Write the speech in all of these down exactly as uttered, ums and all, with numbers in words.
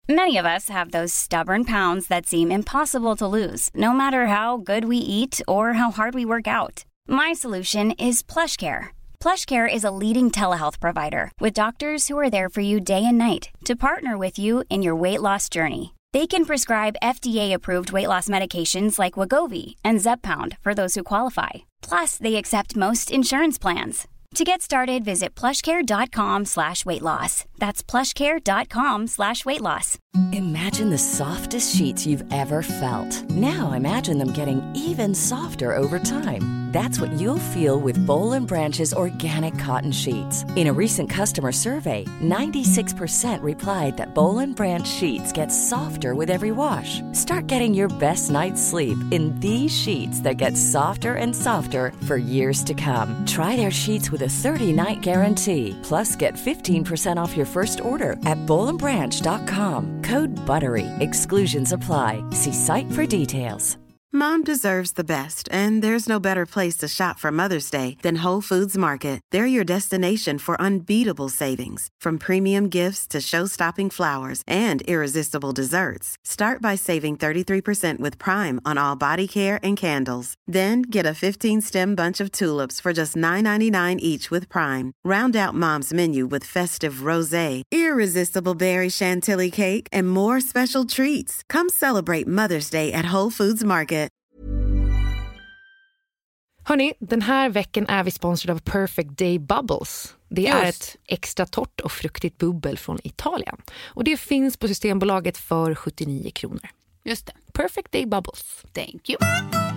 Many of us have those stubborn pounds that seem impossible to lose, no matter how good we eat or how hard we work out. My solution is PlushCare. PlushCare is a leading telehealth provider with doctors who are there for you day and night to partner with you in your weight loss journey. They can prescribe F D A-approved weight loss medications like Wegovy and Zepbound for those who qualify. Plus, they accept most insurance plans. To get started, visit plushcare.com slash weight loss. That's plushcare.com slash weight loss. Imagine the softest sheets you've ever felt. Now imagine them getting even softer over time. That's what you'll feel with Boll and Branch's organic cotton sheets. In a recent customer survey, ninety-six percent replied that Boll and Branch sheets get softer with every wash. Start getting your best night's sleep in these sheets that get softer and softer for years to come. Try their sheets with a thirty-night guarantee. Plus, get fifteen percent off your first order at boll and branch dot com. Code BUTTERY. Exclusions apply. See site for details. Mom deserves the best, and there's no better place to shop for Mother's Day than Whole Foods Market. They're your destination for unbeatable savings, from premium gifts to show-stopping flowers and irresistible desserts. Start by saving thirty-three percent with Prime on all body care and candles. Then get a fifteen-stem bunch of tulips for just nine ninety-nine each with Prime. Round out Mom's menu with festive rosé, irresistible berry chantilly cake, and more special treats. Come celebrate Mother's Day at Whole Foods Market. Hörrni, den här veckan är vi sponsrade av Perfect Day Bubbles. Det Just. är ett extra torrt och fruktigt bubbel från Italien. Och det finns på Systembolaget för sjuttionio kronor. Just det. Perfect Day Bubbles. Thank you.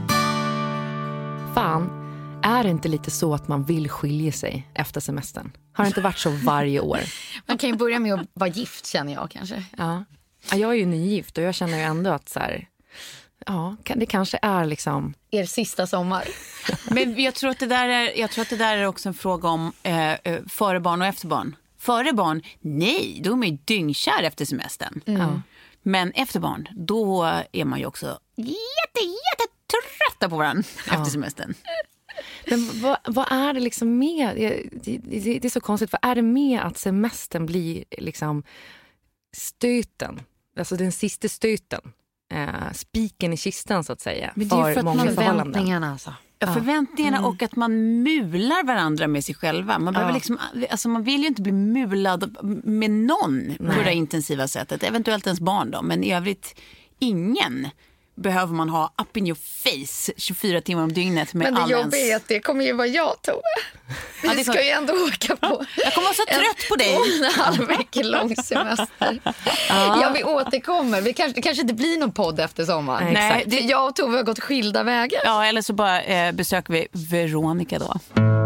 Fan, är det inte lite så att man vill skilja sig efter semestern? Har det inte varit så varje år? Man kan ju börja med att vara gift, känner jag kanske. Ja, ja jag är ju nygift och jag känner ju ändå att så här, ja, det kanske är liksom er sista sommar. Men jag tror att det där är, jag tror att det där är också en fråga om eh, före barn och efter barn. Före barn, nej, då är man ju dyngkär efter semestern. Mm. Men efter barn, då är man ju också jätte, jätte trötta på varandra Ja. efter semestern. Men vad, vad är det liksom med, det, det, det är så konstigt, vad är det med att semestern blir liksom stöten, alltså den sista stöten, eh, spiken i kistan så att säga, Men det är för, för att många man förhållanden. Förväntningarna alltså. Ja, förväntningarna Mm. och att man mular varandra med sig själva. Man, behöver Ja. liksom, alltså man vill ju inte bli mulad med någon på Nej. det intensiva sättet. Eventuellt ens barn då, men i övrigt ingen behöver man ha up in your face tjugofyra timmar om dygnet med Men det all ens... jobbiga är att det kommer ju vara jag, Tove. Vi Ja, det ska kommer- ju ändå åka på Jag kommer vara så trött på dig. en och en halv vecka lång semester. Ja, vi återkommer. Vi kanske, det kanske inte blir någon podd efter sommaren. Nej, Nej, exakt. det, För jag och Tove har gått skilda vägar. ja, eller så bara eh, besöker vi Veronica då.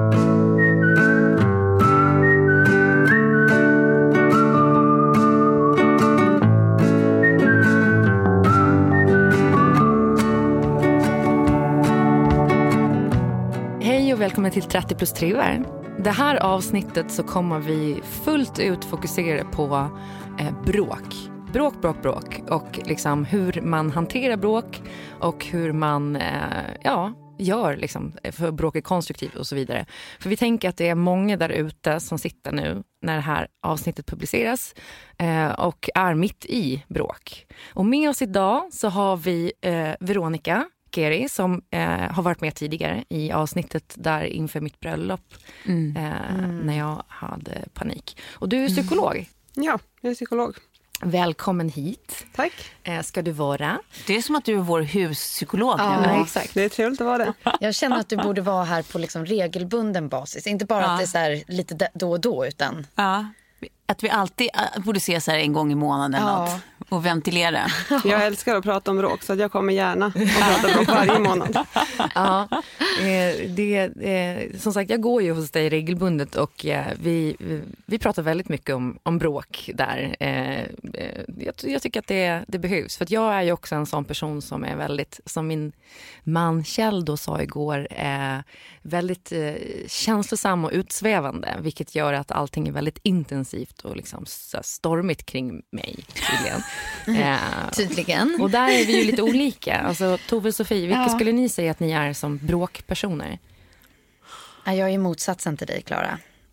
Hej och välkommen till trettio plus tre. Det här avsnittet så kommer vi fullt ut fokusera på eh, bråk. Bråk, bråk, bråk. Och liksom hur man hanterar bråk och hur man eh, ja, gör liksom, för bråk är konstruktivt och så vidare. För vi tänker att det är många där ute som sitter nu när det här avsnittet publiceras eh, och är mitt i bråk. Och med oss idag så har vi eh, Veronica Keri som eh, har varit med tidigare i avsnittet där inför mitt bröllop Mm. eh, Mm. när jag hade panik. Och du är psykolog. Ja, jag är psykolog. Välkommen hit. Tack. Eh, ska du vara? Det är som att du är vår huspsykolog Ja. nu. Ja, exakt. Det är trevligt att vara det. Jag känner att du borde vara här på liksom regelbunden basis. Inte bara Ja. att det är så här lite d- då och då, utan... Ja. Att vi alltid äh, borde ses här en gång i månaden eller Ja. något och ventilera. Jag älskar att prata om bråk så att jag kommer gärna och prata bråk varje månad. Ja, eh, det, eh, som sagt, jag går ju hos dig regelbundet och eh, vi, vi, vi pratar väldigt mycket om, om bråk där. Eh, eh, jag, jag tycker att det, det behövs. För att jag är ju också en sån person som är väldigt, som min man Kjell då sa igår, eh, väldigt eh, känslosam och utsvävande. Vilket gör att allting är väldigt intensivt och liksom så stormigt kring mig tydligen. Eh, Tydligen. och där är vi ju lite olika. Alltså Tove och Sofie, vilka Ja. skulle ni säga att ni är som bråkpersoner? Ja, jag är motsatsen till dig, Klara.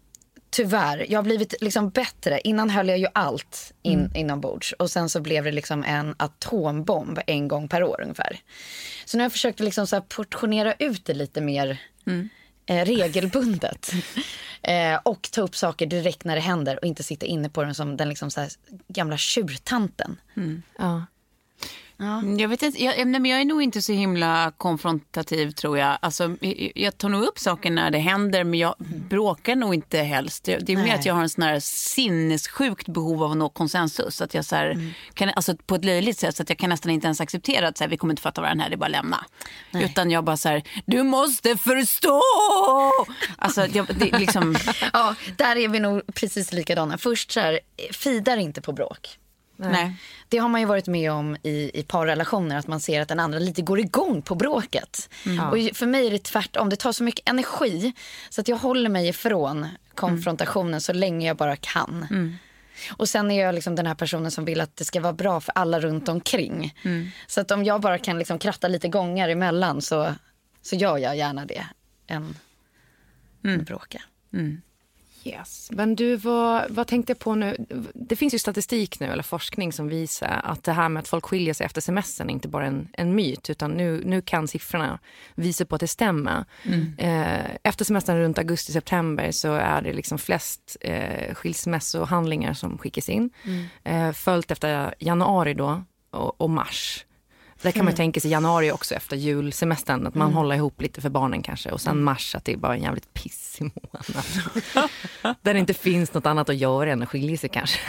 Tyvärr. Jag har blivit liksom bättre. Innan höll jag ju allt in, mm. inombords. Och sen så blev det liksom en atombomb en gång per år ungefär. Så nu har jag försökt liksom så här portionera ut det lite mer mm. eh, regelbundet. eh, och ta upp saker direkt när det händer. Och inte sitta inne på den som den liksom så här gamla tjurtanten. Mm. Ja. Ja. Jag vet inte, jag, men jag är nog inte så himla konfrontativ tror jag. Alltså, jag, jag tar nog upp saker när det händer, men jag bråkar nog inte helst. Det, det är mer att jag har en sån här sinnessjukt behov av att nå konsensus. Att jag så här, mm. kan, alltså på ett löjligt sätt, så att jag kan nästan inte ens acceptera att så här, vi kommer inte fatta varandra här, det är bara att lämna. Nej. Utan jag bara så här, du måste förstå! Alltså, jag, det, liksom... Ja, där är vi nog precis likadana. Först så här, fidar inte på bråk. Nej. Nej. Det har man ju varit med om i, i parrelationer, att man ser att den andra lite går igång på bråket. Mm. Och för mig är det tvärtom. Det tar så mycket energi så att jag håller mig ifrån konfrontationen mm. så länge jag bara kan. Mm. Och sen är jag liksom den här personen som vill att det ska vara bra för alla runt omkring. Mm. Så att om jag bara kan liksom kratta lite gånger emellan så, så gör jag gärna det än mm. bråka. Mm. Yes. Men du, vad, vad tänkte jag på nu? Det finns ju statistik nu, eller forskning som visar att det här med att folk skiljer sig efter semestern är inte bara en, en myt, utan nu, nu kan siffrorna visa på att det stämmer. Mm. Eh, efter semestern runt augusti-september så är det liksom flest eh, skilsmässohandlingar som skickas in. Mm. Eh, följt efter januari då och, och mars. Där kan man tänka sig januari också efter julsemestern. Att man mm. håller ihop lite för barnen kanske. Och sen mars att det är bara en jävligt pissig månad. Där det inte finns något annat att göra än att skilja sig kanske.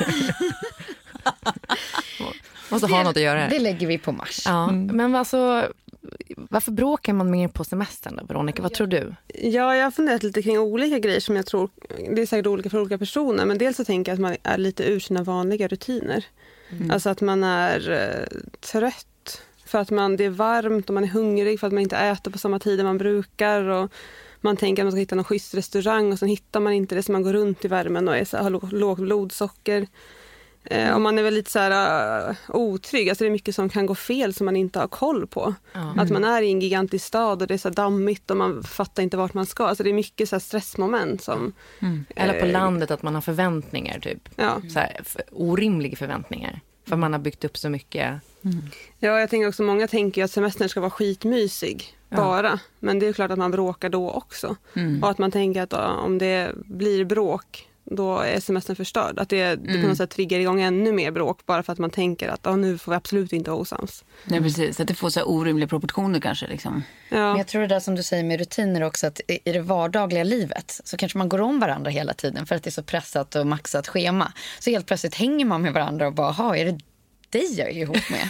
Måste ha något att göra. Det lägger vi på mars. Ja, mm. Men alltså, varför bråkar man mer på semestern då, Veronica? Vad tror du? Ja, jag har funderat lite kring olika grejer som jag tror, det är säkert olika för olika personer. Men dels så tänker jag att man är lite ur sina vanliga rutiner. Mm. Alltså att man är uh, trött. För att man, det är varmt och man är hungrig, för att man inte äter på samma tid man brukar. Och man tänker att man ska hitta någon schysst restaurang och sen hittar man inte det, så man går runt i värmen och är så, har lågt blodsocker. Eh, och man är väl lite så här uh, otrygg. Alltså det är mycket som kan gå fel som man inte har koll på. Mm. Att man är i en gigantisk stad och det är så dammigt och man fattar inte vart man ska. Alltså det är mycket så här stressmoment som... Mm. Eller på eh, landet att man har förväntningar typ. Ja. Så här, för, orimliga förväntningar. För man har byggt upp så mycket... Mm. Ja, jag tänker också, många tänker ju att semestern ska vara skitmysig ja. bara. Men det är ju klart att man bråkar då också. Mm. Och att man tänker att då, om det blir bråk, då är semestern förstörd. Att det, det mm. på något sätt triggar igång ännu mer bråk bara för att man tänker att oh, nu får vi absolut inte vara osams. Nej, precis. Att det får så orimliga proportioner kanske. Liksom. Ja. Men jag tror det där som du säger med rutiner också, att i det vardagliga livet så kanske man går om varandra hela tiden för att det är så pressat och maxat schema. Så helt plötsligt hänger man med varandra och bara, ha, är det dig jag är ihop med?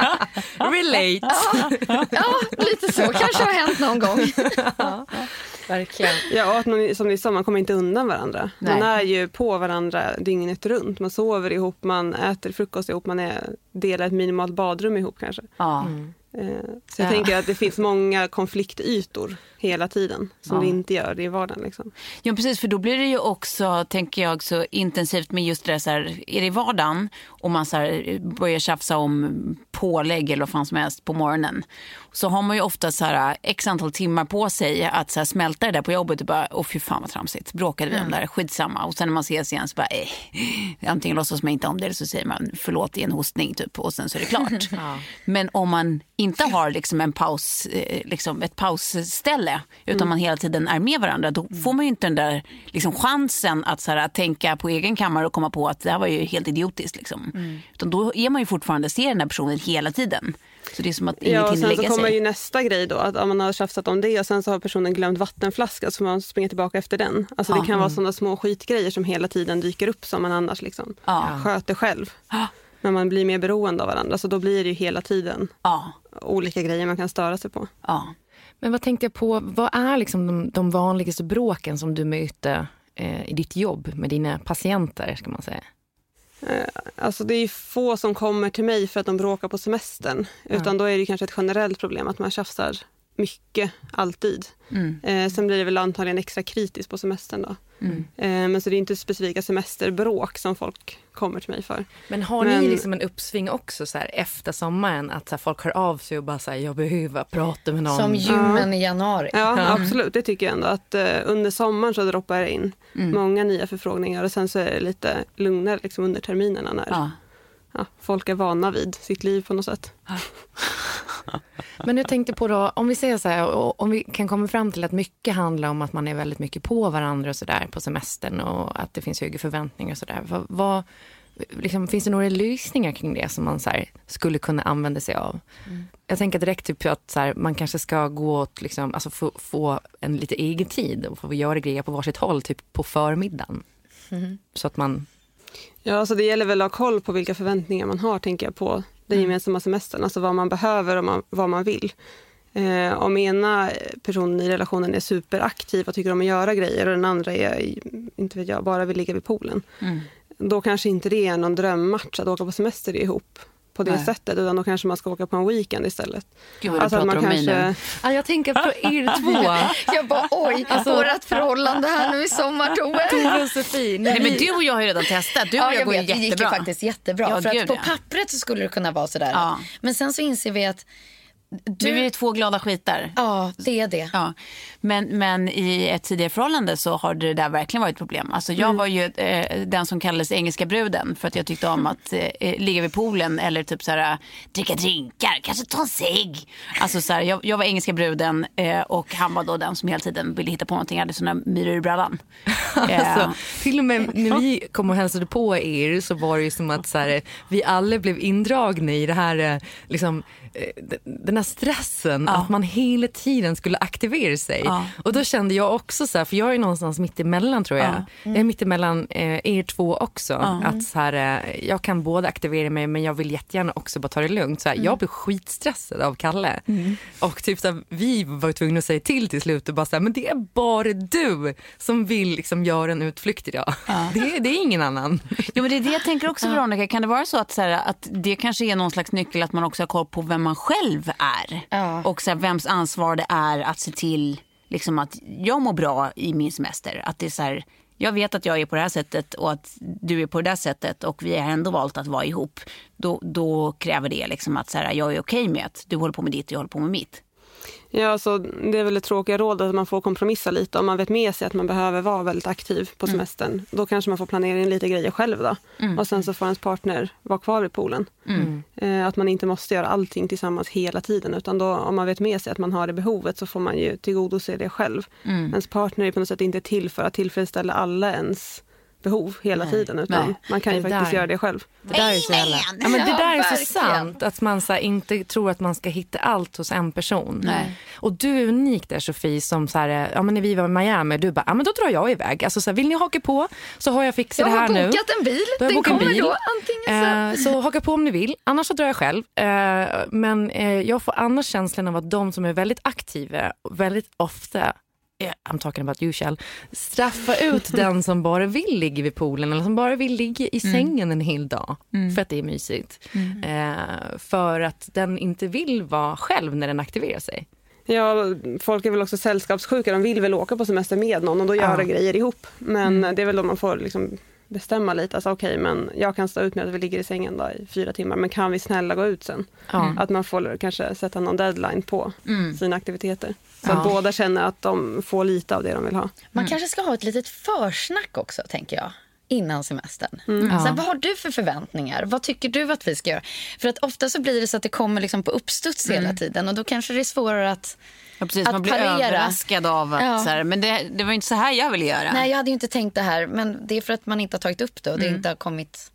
Relate. Ja, ja, lite så. Kanske har hänt någon gång. Ja, verkligen. Ja, och att man, som ni sa, man kommer inte undan varandra. Nej. Man är ju på varandra dygnet runt. Man sover ihop, man äter frukost ihop, man är, delar ett minimalt badrum ihop kanske. Ja. Mm. Så jag ja. tänker att det finns många konfliktytor hela tiden som ja. det inte gör det i vardagen. Liksom. Ja, precis, för då blir det ju också, tänker jag, så intensivt med just det så här, är det i vardagen och man så här börjar tjafsa om pålägg eller vad fan som helst på morgonen, så har man ju ofta så här x antal timmar på sig att så här smälta det där på jobbet och bara, åh fy fan vad tramsigt, bråkade vi om det där, skitsamma. Och sen när man ses igen så bara, eh, antingen låtsas man inte om det eller så säger man förlåt i en hostning typ, och sen så är det klart. Ja. Men om man inte har liksom en paus, liksom ett pausställe, utan mm. man hela tiden är med varandra, då får man ju inte den där liksom chansen att, så här, att tänka på egen kammare och komma på att det här var ju helt idiotiskt. Liksom. Mm. Utan då är man ju fortfarande, ser den här personen hela tiden. Så det är som att ingenting lägger sig. Ja, och sen så kommer ju nästa grej då, att man har tjafsat om det och sen så har personen glömt vattenflaska, så man springer tillbaka efter den. Alltså ja. det kan mm. vara sådana små skitgrejer som hela tiden dyker upp som man annars liksom ja. sköter själv. Ja. Men man blir mer beroende av varandra, så då blir det ju hela tiden ja. olika grejer man kan störa sig på. Ja. Men vad tänkte jag på, vad är liksom de, de vanligaste bråken som du möter eh, i ditt jobb med dina patienter, ska man säga? Eh, alltså det är ju få som kommer till mig för att de bråkar på semestern. Ja. Utan då är det kanske ett generellt problem att man tjafsar mycket, alltid. Mm. Eh, sen blir det väl antagligen extra kritiskt på semestern då. Mm. Eh, men så det är inte specifika semesterbråk som folk kommer till mig för. Men har men... ni liksom en uppsving också så här, efter sommaren att så här, folk hör av sig och bara säger jag behöver prata med någon? Som gymmen ja. i januari. Ja, ja, absolut. Det tycker jag ändå att eh, under sommaren så droppar det in mm. många nya förfrågningar och sen så är det lite lugnare liksom, under terminerna när ja. Ja, folk är vana vid sitt liv på något sätt. Men jag tänkte på då, om vi säger så här, om vi kan komma fram till att mycket handlar om att man är väldigt mycket på varandra och så där på semestern och att det finns höga förväntningar och så där. Vad, vad liksom, finns det några lösningar kring det som man så här, skulle kunna använda sig av? Mm. Jag tänker direkt typ att så här, man kanske ska gå åt, liksom, alltså få, få en lite egen tid och få göra grejer på varsitt håll typ på förmiddagen. Mm. Så att man... Ja, alltså det gäller väl att ha koll på vilka förväntningar man har, tänker jag, på den gemensamma semestern. Alltså vad man behöver och man, vad man vill. Eh, om ena personen i relationen är superaktiv och tycker om att göra grejer och den andra är, inte vet jag, bara vill ligga vid poolen. Mm. Då kanske inte det är någon drömmatch att åka på semester ihop på det Nej. sättet, utan då kanske man ska åka på en weekend istället. Gud vad alltså du pratar om kanske... mig nu. Ja, jag tänker på er två. Jag bara, oj, alltså, vårat förhållande här nu i sommar, Tove. Tove och Sofie. Nej, men du och jag har ju redan testat. Du och ja, jag, jag går vet, ju jättebra. Det gick ju faktiskt jättebra. Ja, för att på ja. pappret så skulle det kunna vara sådär. Ja. Men sen så inser vi att Du är två glada skitar. Ja, det är det. Ja. Men, men i ett tidigare förhållande så har det där verkligen varit ett problem. Alltså jag mm. var ju eh, den som kallades engelska bruden för att jag tyckte om att eh, ligga vid poolen eller typ så här dricka drinkar, kanske ta en cigg. Alltså så här, jag, jag var engelska bruden eh, och han var då den som hela tiden ville hitta på någonting, hade såna myror i brallan. eh. alltså, till och med när vi kom och hälsade på er så var det ju som att så här, vi alla blev indragna i det här liksom den här stressen ja. att man hela tiden skulle aktivera sig. Ja. Och då kände jag också så här, för jag är någonstans mitt emellan tror jag. Ja. Mm. Jag är mitt emellan eh, er två också. Ja. Att så här, eh, jag kan både aktivera mig men jag vill jättegärna också bara ta det lugnt. Så här, mm. Jag blir skitstressad av Kalle. Mm. Och typ så här, vi var tvungna att säga till till slut och bara så här, men det är bara du som vill liksom göra en utflykt idag. Ja. Det, det är ingen annan. Jo, men det är det jag tänker också, Veronica. Kan det vara så att, så här, att det kanske är någon slags nyckel att man också har koll på vem man själv är ja. och så här, vems ansvar det är att se till liksom, att jag mår bra i min semester, att det är så här, jag vet att jag är på det här sättet och att du är på det där sättet och vi har ändå valt att vara ihop, då, då kräver det liksom att så här, jag är okej med att du håller på med ditt och jag håller på med mitt. Ja, så det är väl ett tråkiga råd att man får kompromissa lite. Om man vet med sig att man behöver vara väldigt aktiv på semestern, mm. då kanske man får planera in lite grejer själv då. Mm. Och sen så får ens partner vara kvar i poolen. Mm. Eh, att man inte måste göra allting tillsammans hela tiden, utan då, om man vet med sig att man har det behovet så får man ju tillgodose det själv. Mm. Ens partner är på något sätt inte till för att tillfredsställa alla ens behov hela nej, tiden, utan nej. man kan ju det faktiskt där, göra det själv. Det där är så, jävla, ja, men det där ja, är så sant att man så här, inte tror att man ska hitta allt hos en person. Nej. Och du är unik där, Sofie, som så här, ja men när vi var i Miami, du bara, ja men då drar jag iväg. Alltså så här, vill ni haka på så har jag fixat jag det här nu. Jag har bokat en bil, då den kommer bil. då antingen så. Eh, så haka på om ni vill, annars så drar jag själv. Eh, men eh, jag får annars känslan av att de som är väldigt aktiva väldigt ofta, I'm talking about you, Kjell, straffa ut den som bara vill ligga vid poolen eller som bara vill ligga i sängen mm. en hel dag mm. för att det är mysigt. Mm. Eh, för att den inte vill vara själv när den aktiverar sig. Ja, folk är väl också sällskapssjuka. De vill väl åka på semester med någon och då göra ja. grejer ihop. Men mm. det är väl då man får liksom bestämma lite. Alltså okej, okay, men jag kan stå ut med att vi ligger i sängen då i fyra timmar. Men kan vi snälla gå ut sen? Mm. Att man får kanske sätta någon deadline på mm. sina aktiviteter. Så ja. att båda känner att de får lite av det de vill ha. Man mm. kanske ska ha ett litet försnack också, tänker jag. Innan semestern. Mm. Ja. Så här, vad har du för förväntningar? Vad tycker du att vi ska göra? För att ofta så blir det så att det kommer liksom på uppstuds mm. hela tiden. Och då kanske det är svårare att ja, precis, att man blir parera. överraskad av att ja. så här, men det, det var inte så här jag ville göra. Nej, jag hade ju inte tänkt det här. Men det är för att man inte har tagit upp det. Och det mm. inte har kommit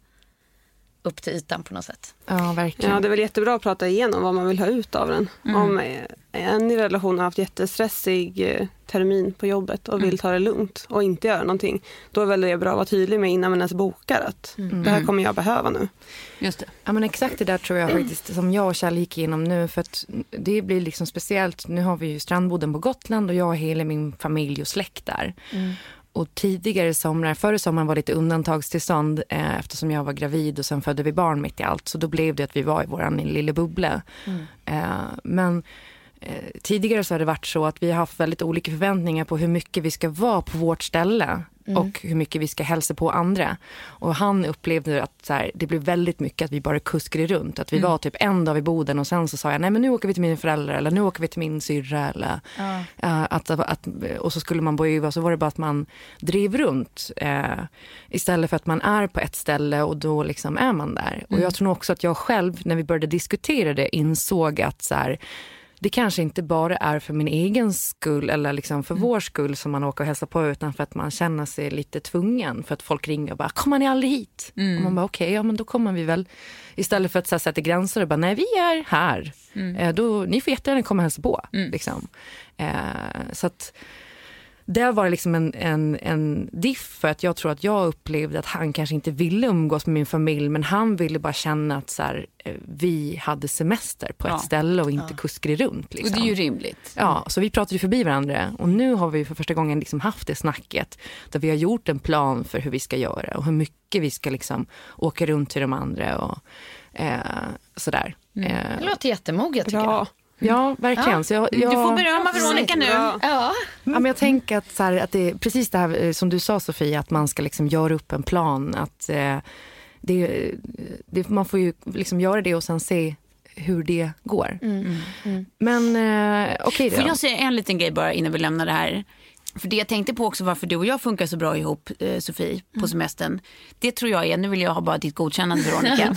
upp till ytan på något sätt. Ja, verkligen. Ja, det är väl jättebra att prata igenom vad man vill ha ut av den. Mm. Om en i relation har haft jättestressig termin på jobbet och vill ta det lugnt och inte göra någonting, då är väl det bra att vara tydlig med innan man ens bokar att mm. det här kommer jag behöva nu. Just det. Ja, men exakt det där tror jag faktiskt som jag och Kjell gick igenom nu, för att det blir liksom speciellt. Nu har vi ju strandboden på Gotland och jag har hela min familj och släkt där. Mm. Och tidigare somrar, förra sommaren var lite undantagstillstånd eh, eftersom jag var gravid och sen födde vi barn mitt i allt. Så då blev det att vi var i våran lilla bubbla. Mm. Eh, men eh, tidigare så har det varit så att vi har haft väldigt olika förväntningar på hur mycket vi ska vara på vårt ställe. mm. och hur mycket vi ska hälsa på andra. Och han upplevde att så här, det blev väldigt mycket att vi bara kuskade runt. Att vi mm. var typ en dag i Boden och sen så sa jag, nej men nu åker vi till mina föräldrar eller nu åker vi till min syrra. Eller, ja. uh, att, att, och så skulle man börja öva, så var det bara att man drev runt uh, istället för att man är på ett ställe och då liksom är man där. Mm. Och jag tror nog också att jag själv, när vi började diskutera det, insåg att så här, det kanske inte bara är för min egen skull eller liksom för mm. vår skull som man åker och hälsar på, utan för att man känner sig lite tvungen för att folk ringer och bara, kommer ni aldrig hit? Mm. Och man bara, okej, okay, ja men då kommer vi väl. Istället för att så här, sätta gränser och bara, nej vi är här. Mm. Eh, då, ni får jättegärna komma och hälsa på. Mm. Liksom. Eh, så att det var liksom en, en, en diff, för att jag tror att jag upplevde att han kanske inte ville umgås med min familj, men han ville bara känna att så här, vi hade semester på ett ja. ställe och inte ja. kuskade runt. Liksom. Och det är ju rimligt. Ja, så vi pratade ju förbi varandra och nu har vi för första gången liksom haft det snacket där vi har gjort en plan för hur vi ska göra och hur mycket vi ska liksom åka runt till de andra och eh, sådär. Mm. Eh, det låter jättemoget tycker ja. jag. Ja, verkligen. Ja. Så jag, jag, du får berömma Veronica nu. Ja. Ja, men jag tänker att, så här, att det är precis det här som du sa, Sofia, att man ska liksom göra upp en plan. Att eh, det, det, man får ju liksom göra det och sen se hur det går. Mm. Mm. Men eh, okej okay då. Får jag säga en liten grej bara innan vi lämnar det här? För det jag tänkte på också, varför du och jag funkar så bra ihop, eh, Sofie, på semestern. Det tror jag är, nu vill jag ha bara ditt godkännande, Veronica.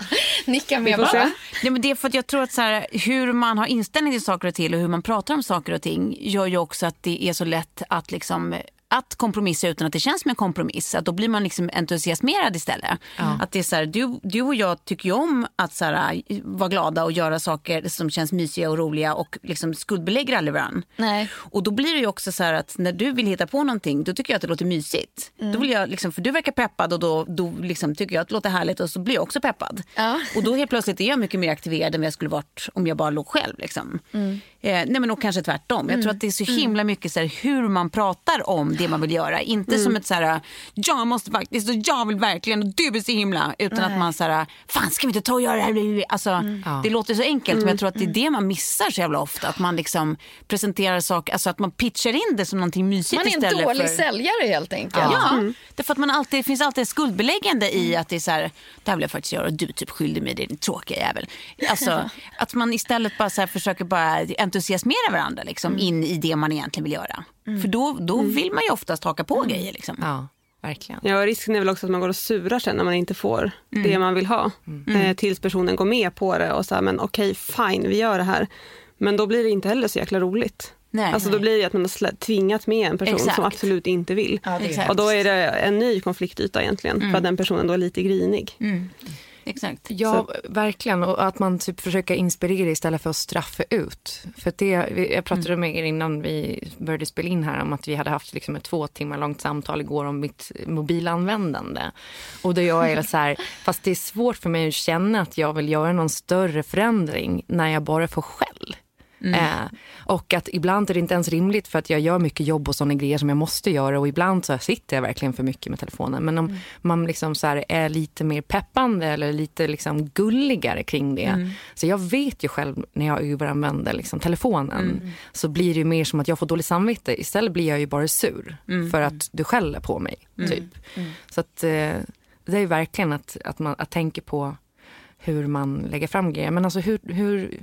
Nicka med bara. Nej, men det är för att jag tror att så här, hur man har inställning till saker och till och hur man pratar om saker och ting gör ju också att det är så lätt att liksom att kompromissa utan att det känns som en kompromiss. Att då blir man liksom entusiasmerad istället. Ja. Att det är så här, du, du och jag tycker ju om att så här, vara glada och göra saker som känns mysiga och roliga och liksom skuldbelägger aldrig varann. Nej. Och då blir det ju också så här att när du vill hitta på någonting, då tycker jag att det låter mysigt. Mm. Då vill jag liksom, för du verkar peppad och då, då liksom tycker jag att det låter härligt och så blir jag också peppad. Ja. Och då helt plötsligt är jag mycket mer aktiverad än vad jag skulle varit om jag bara låg själv liksom. Mm. Eh, nej men och kanske tvärtom. Jag tror att det är så himla mycket så här, hur man pratar om det man vill göra. Inte mm. som ett så här, jag måste faktiskt och jag vill verkligen och du är så himla. Utan Nej. att man så här, fan ska vi inte ta och göra det här? Alltså, mm. det låter så enkelt mm. men jag tror att det är det man missar så jävla ofta. Att man liksom presenterar saker, alltså att man pitchar in det som någonting mysigt istället. Man är en dålig för... säljare helt enkelt. Ja, mm. därför att man alltid, det finns alltid en skuldbeläggande i att det är så här, det här vill jag faktiskt göra och du typ skyldig mig, det är en tråkig jävel. Alltså, att man istället bara så här försöker bara entusiasmera varandra liksom, mm. in i det man egentligen vill göra. Mm. För då, då mm. vill man ju oftast haka på mm. grejer. Liksom. Ja, verkligen. Ja, och risken är väl också att man går och surar sen när man inte får mm. det man vill ha. Mm. Eh, tills personen går med på det och säger, men okej, okay, fine, vi gör det här. Men då blir det inte heller så jäkla roligt. Nej, alltså nej. Då blir det att man har tvingat med en person Exakt. som absolut inte vill. Ja, och då är det en ny konfliktyta egentligen. Mm. För att den personen då är lite grinig. Mm. Exakt. Ja, så. Verkligen. Och att man typ försöker inspirera istället för att straffa ut. För att det, jag pratade mm. med er innan vi började spela in här om att vi hade haft liksom ett två timmar långt samtal igår om mitt mobilanvändande. Och då jag är så här, fast det är svårt för mig att känna att jag vill göra någon större förändring när jag bara får skäll. Mm. Eh, och att ibland är det inte ens rimligt för att jag gör mycket jobb och sådana grejer som jag måste göra och ibland så sitter jag verkligen för mycket med telefonen. Men om mm. man liksom så här är lite mer peppande eller lite liksom gulligare kring det. Mm. Så jag vet ju själv när jag överanvänder liksom telefonen mm. så blir det ju mer som att jag får dåligt samvete. Istället blir jag ju bara sur mm. för att du skäller på mig. Mm. Typ. Mm. Så att eh, det är verkligen att, att man att tänka på hur man lägger fram grejer. Men alltså hur... hur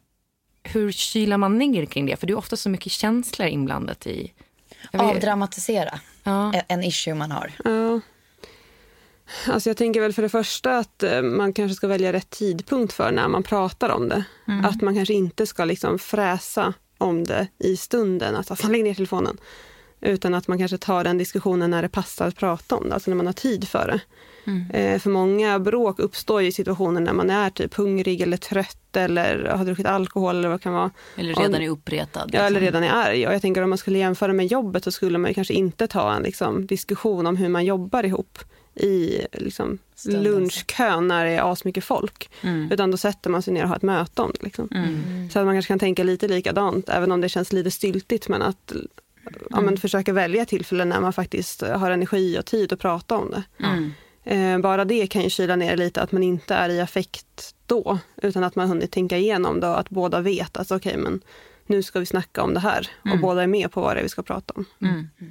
Hur kylar man ner kring det? För det är ofta så mycket känslor inblandat i... Avdramatisera ja. en issue man har. Ja. Alltså jag tänker väl för det första att man kanske ska välja rätt tidpunkt för när man pratar om det. Mm. Att man kanske inte ska liksom fräsa om det i stunden. Att fan, lägg ner telefonen. Utan att man kanske tar den diskussionen när det passar att prata om det. Alltså när man har tid för det. Mm. Eh, för många bråk uppstår i situationer när man är typ hungrig eller trött eller har druckit alkohol eller vad det kan vara. Eller redan och, är uppretad. Liksom. Ja, eller redan är arg. Och jag tänker om man skulle jämföra med jobbet så skulle man ju kanske inte ta en liksom, diskussion om hur man jobbar ihop i liksom, lunchkön när det är asmycket folk. Mm. Utan då sätter man sig ner och har ett möte om det. Liksom. Mm. Så att man kanske kan tänka lite likadant även om det känns lite styltigt men att ja, men försöka välja tillfällen när man faktiskt har energi och tid att prata om det. Mm. Eh, bara det kan ju kyla ner lite att man inte är i affekt då utan att man hunnit tänka igenom det och att båda vet att okej, okay, men nu ska vi snacka om det här mm. och båda är med på vad det är vi ska prata om. Mm.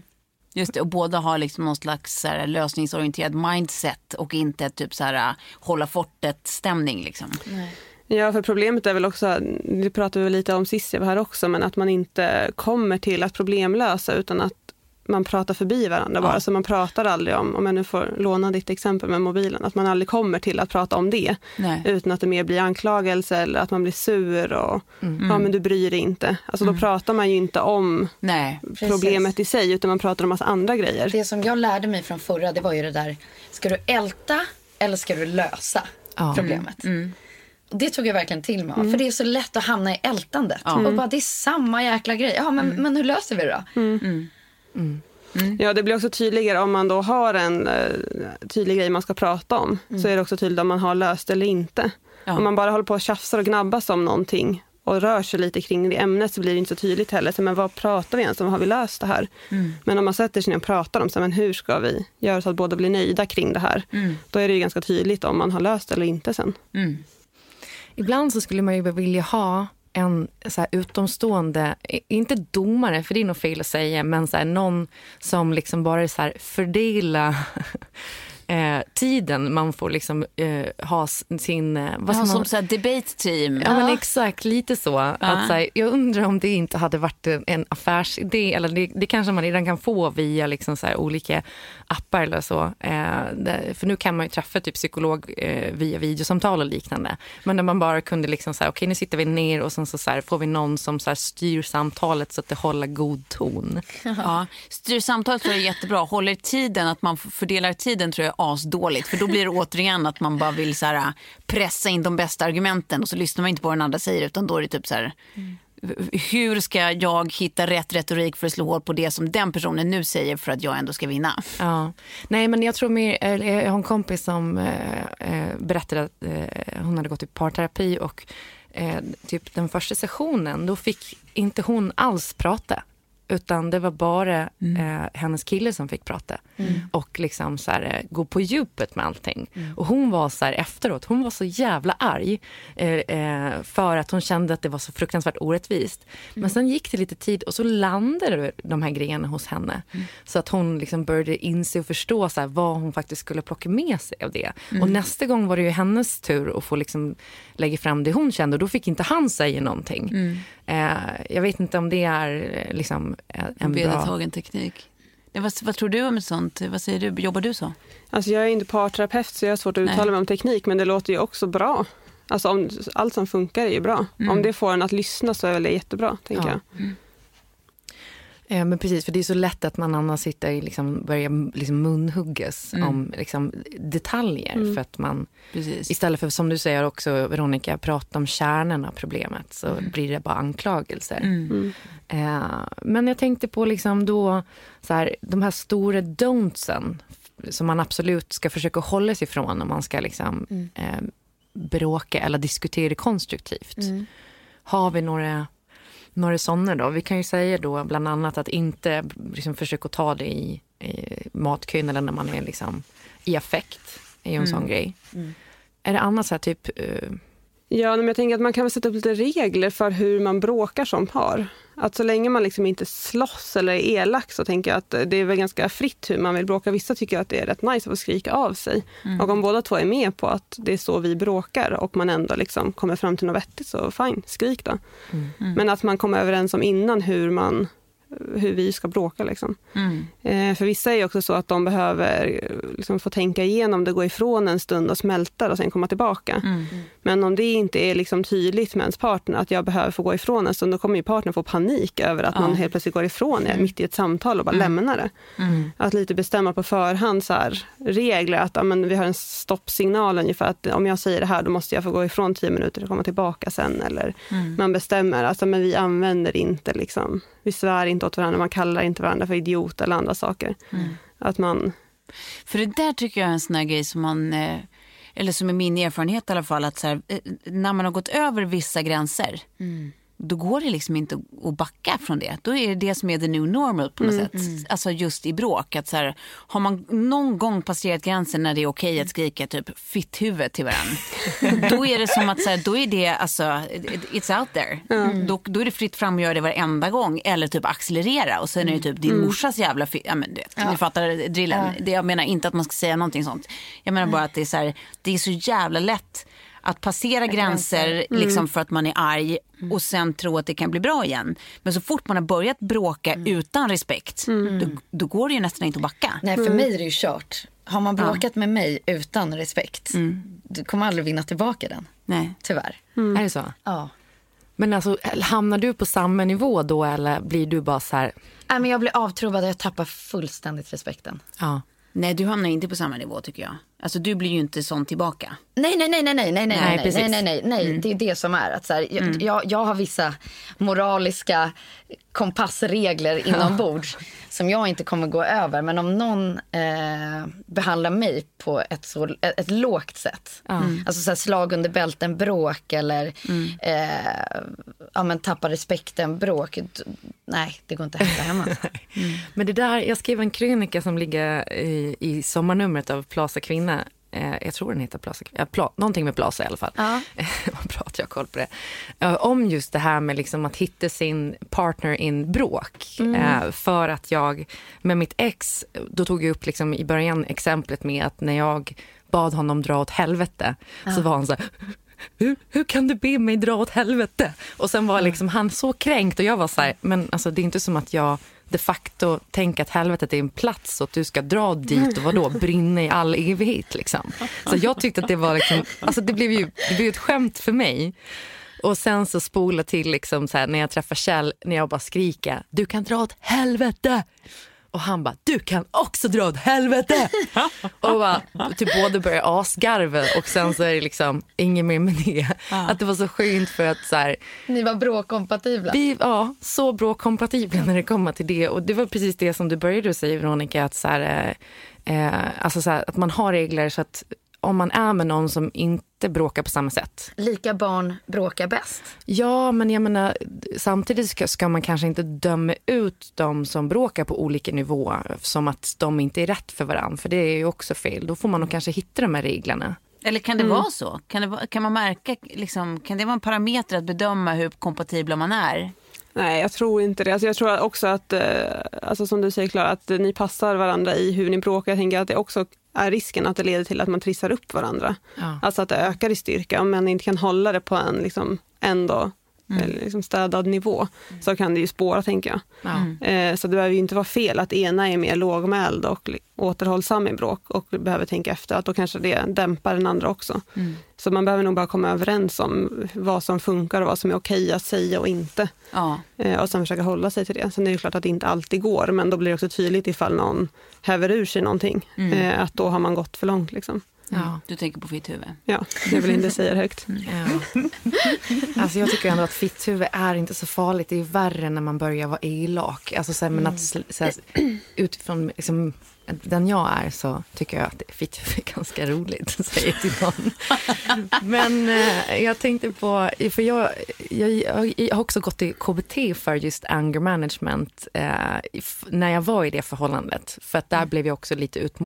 Just det, och båda har liksom någon slags så här, lösningsorienterad mindset och inte typ så här hålla fortet stämning liksom. Nej. Ja, för problemet är väl också, det pratade vi lite om sist jag var här också, men att man inte kommer till att problemlösa utan att man pratar förbi varandra bara. Ja. Så man pratar aldrig om, om jag nu får låna ditt exempel med mobilen, att man aldrig kommer till att prata om det. Nej. Utan att det mer blir anklagelse eller att man blir sur och mm. ja men du bryr dig inte. Alltså mm. då pratar man ju inte om Nej. problemet Precis. i sig utan man pratar om massa andra grejer. Det som jag lärde mig från förra, det var ju det där, ska du älta eller ska du lösa ja. problemet? Mm. Mm. Det tog jag verkligen till mig av. Mm. För det är så lätt att hamna i ältandet. Mm. Och bara, det är samma jäkla grej. Ja, men, mm. men hur löser vi det då? Mm. Mm. Mm. Mm. Ja, det blir också tydligare om man då har en uh, tydlig grej man ska prata om. Mm. Så är det också tydligt om man har löst eller inte. Ja. Om man bara håller på och tjafsar och gnabbas om någonting och rör sig lite kring det ämnet så blir det inte så tydligt heller. Så, men vad pratar vi ens om? Har vi löst det här? Mm. Men om man sätter sig ner och pratar om så, men hur ska vi göra så att båda blir nöjda kring det här? Mm. Då är det ju ganska tydligt om man har löst eller inte sen. Mm. Ibland så skulle man ju vilja ha en så här utomstående, inte domare, för det är nog fel att säga, men så här, någon som liksom bara så här fördela eh, tiden man får liksom eh, ha sin eh, vad ja, som man, så här debate team. Ja, ja men exakt, lite så. Ja. Att, så här, jag undrar om det inte hade varit en affärsidé, eller det, det kanske man redan kan få via liksom så här olika appar eller så. Eh, det, för nu kan man ju träffa typ psykolog eh, via videosamtal och liknande. Men när man bara kunde liksom så här, okej okay, nu sitter vi ner och sen så, så här, får vi någon som så här, styr samtalet så att det håller god ton. Ja, styr samtalet tror jag är jättebra. Håller tiden, att man fördelar tiden tror jag är asdåligt. För då blir det återigen att man bara vill så här, pressa in de bästa argumenten och så lyssnar man inte på vad den andra säger utan då är det typ så här... Mm. Hur ska jag hitta rätt retorik för att slå hål på det som den personen nu säger för att jag ändå ska vinna? Ja. Nej, men jag tror mer, jag har en kompis som eh, berättade att eh, hon hade gått i parterapi och eh, typ den första sessionen då fick inte hon alls prata. Utan det var bara mm. eh, hennes kille som fick prata. Mm. Och liksom så här, eh, gå på djupet med allting. Mm. Och hon var så här efteråt, hon var så jävla arg. Eh, eh, för att hon kände att det var så fruktansvärt orättvist. Mm. Men sen gick det lite tid och så landade de här grejerna hos henne. Mm. Så att hon liksom började inse och förstå så här, vad hon faktiskt skulle plocka med sig av det. Mm. Och nästa gång var det ju hennes tur att få liksom lägga fram det hon kände. Och då fick inte han säga någonting. Mm. Eh, jag vet inte om det är liksom en vedertagen teknik. Vad, vad tror du om sånt? Vad säger du? Jobbar du så? Alltså jag är inte parterapeut så jag har svårt att uttala Nej. mig om teknik, men det låter ju också bra. Alltså om, allt som funkar är ju bra. Mm. Om det får en att lyssna så är väl det jättebra, tänker ja. jag. Mm. Ja, men precis, för det är så lätt att man annars sitter och liksom börjar liksom munhuggas mm. om liksom detaljer. Mm. För att man, precis. Istället för som du säger också, Veronica, prata om kärnan av problemet så mm. blir det bara anklagelser. Mm. Mm. Eh, men jag tänkte på liksom då, så här, de här stora don'tsen som man absolut ska försöka hålla sig ifrån om man ska liksom, mm. eh, bråka eller diskutera konstruktivt. Mm. Har vi några... Några sådana då. Vi kan ju säga då bland annat att inte liksom försöka ta det i, i matkön eller när man är liksom i affekt. Är ju en mm. sån grej. Mm. Är det annars så här typ... Uh... Ja, men jag tänker att man kan väl sätta upp lite regler för hur man bråkar som par. Att så länge man liksom inte slåss eller är elak så tänker jag att det är väl ganska fritt hur man vill bråka. Vissa tycker att det är rätt nice att skrika av sig. Mm. Och om båda två är med på att det är så vi bråkar och man ändå liksom kommer fram till något vettigt så fine, skrik då. Mm. Mm. Men att man kommer överens om innan hur man hur vi ska bråka liksom. Mm. Eh, för vissa är ju också så att de behöver liksom få tänka igenom det, gå ifrån en stund och smälta och sen komma tillbaka. Mm. Men om det inte är liksom tydligt med ens partner att jag behöver få gå ifrån en stund, då kommer ju partnern få panik över att ja. man helt plötsligt går ifrån det, mm. mitt i ett samtal och bara mm. lämnar det. Mm. Att lite bestämma på förhand så här, regler att ja, men vi har en stoppsignal ungefär att om jag säger det här då måste jag få gå ifrån tio minuter och komma tillbaka sen. Eller mm. man bestämmer att alltså, men vi använder inte liksom, vi svär inte åt varandra, man kallar inte varandra för idiot eller andra saker. Mm. Att man... För det där tycker jag är en sån här grej som man, eller som är min erfarenhet i alla fall, att så här, när man har gått över vissa gränser, mm. då går det liksom inte att backa från det. Då är det det som är the new normal på något mm. sätt. Mm. Alltså just i bråk. Att så här, har man någon gång passerat gränsen när det är okej att skrika typ fitthuvud till varandra. Då är det som att så här, då är det alltså, it's out there. Mm. Då, då är det fritt fram att göra det varenda gång. Eller typ accelerera. Och sen är det typ din mm. morsas jävla fi- ja, men, det, ja. Ni fattar drillen. Ja. Det, jag menar inte att man ska säga någonting sånt. Jag menar bara att det är så här, det är så jävla lätt att passera gränser mm. liksom för att man är arg mm. och sen tro att det kan bli bra igen. Men så fort man har börjat bråka mm. utan respekt mm. då, då går det ju nästan inte att backa. Nej, för mm. mig är det ju kört. Har man bråkat ja. med mig utan respekt mm. du kommer aldrig vinna tillbaka den. Nej. Tyvärr. Mm. Är det så? Ja. Men alltså, hamnar du på samma nivå då eller blir du bara så här? Nej, men jag blir avtrovad och jag tappar fullständigt respekten. Ja. Nej, du hamnar inte på samma nivå tycker jag. Alltså du blir ju inte sån tillbaka. Nej, nej, nej, nej, nej, nej, nej, nej, nej, nej, nej, nej, nej. Mm. Det är det som är att så här, jag, mm. jag, jag har vissa moraliska kompassregler inombords som jag inte kommer gå över. Men om någon eh, behandlar mig på ett, så, ett, ett lågt sätt, mm. alltså så här, slag under bälten, bråk eller mm. eh, ja, men tappa respekten, bråk, nej, det går inte att hämta hemma. Mm. Men det där, jag skrev en krönika som ligger i, i sommarnumret av Plaza Kvinna. Eh, jag tror den heter Plaza, ja, pla, någonting med Plaza i alla fall. Ja. Vad bra att jag har koll på det. Eh, om just det här med liksom att hitta sin partner in bråk. Mm. Eh, för att jag med mitt ex, då tog jag upp liksom i början exemplet med att när jag bad honom dra åt helvete ja. så var han så här... Hur, hur kan du be mig dra åt helvete? Och sen var liksom han så kränkt och jag var så här, men alltså det är inte som att jag de facto tänker att helvetet är en plats och att du ska dra dit och vadå, brinna i all evighet liksom. Så jag tyckte att det var liksom, alltså det blev ju det blev ett skämt för mig. Och sen så spola till liksom så här, när jag träffar Kjell, när jag bara skriker, du kan dra åt helvete. Och han bara, du kan också dra åt helvete. Och bara, typ både börjar asgarva och sen så är det liksom inget mer med det. Ja. Att det var så skönt för att så här, ni var bråkkompatibla. Vi, ja, så bråkkompatibla när det kommer till det. Och det var precis det som du började säga, Veronica, att så här, eh, alltså så här, att man har regler så att om man är med någon som inte bråkar på samma sätt. Lika barn bråkar bäst. Ja, men jag menar, samtidigt ska, ska man kanske inte döma ut de som bråkar på olika nivåer som att de inte är rätt för varandra. För det är ju också fel. Då får man nog kanske hitta de här reglerna. Eller kan det mm. vara så? Kan, det, kan man märka, liksom, kan det vara en parameter att bedöma hur kompatibla man är? Nej, jag tror inte det. Alltså jag tror också att, eh, alltså som du säger Klara, att ni passar varandra i hur ni bråkar. Jag tänker att det också är risken att det leder till att man trissar upp varandra. Ja. Alltså att det ökar i styrka. Om man inte kan hålla det på en liksom ändå mm. liksom städad nivå mm. så kan det ju spåra, tänker jag. Ja. Eh, så det behöver ju inte vara fel att ena är mer lågmäld och återhållsam i bråk och behöver tänka efter att då kanske det dämpar den andra också. Mm. Så man behöver nog bara komma överens om vad som funkar och vad som är okej att säga och inte. Ja. Eh, och sen försöka hålla sig till det. Sen är det klart att det inte alltid går, men då blir det också tydligt ifall någon häver ur sig någonting. Mm. Eh, att då har man gått för långt liksom. Ja, du tänker på fitthuvud. Ja, det vill inte säga högt. Ja. Alltså jag tycker ändå att fitthuvud är inte så farligt. Det är värre när man börjar vara elak. Alltså så här, men att så här, utifrån liksom, den jag är så tycker jag att fitthuvud är ganska roligt att säga till någon. Men eh, jag tänkte på, för jag, jag, jag har också gått i K B T för just anger management eh, när jag var i det förhållandet. För att där blev jag också lite ut.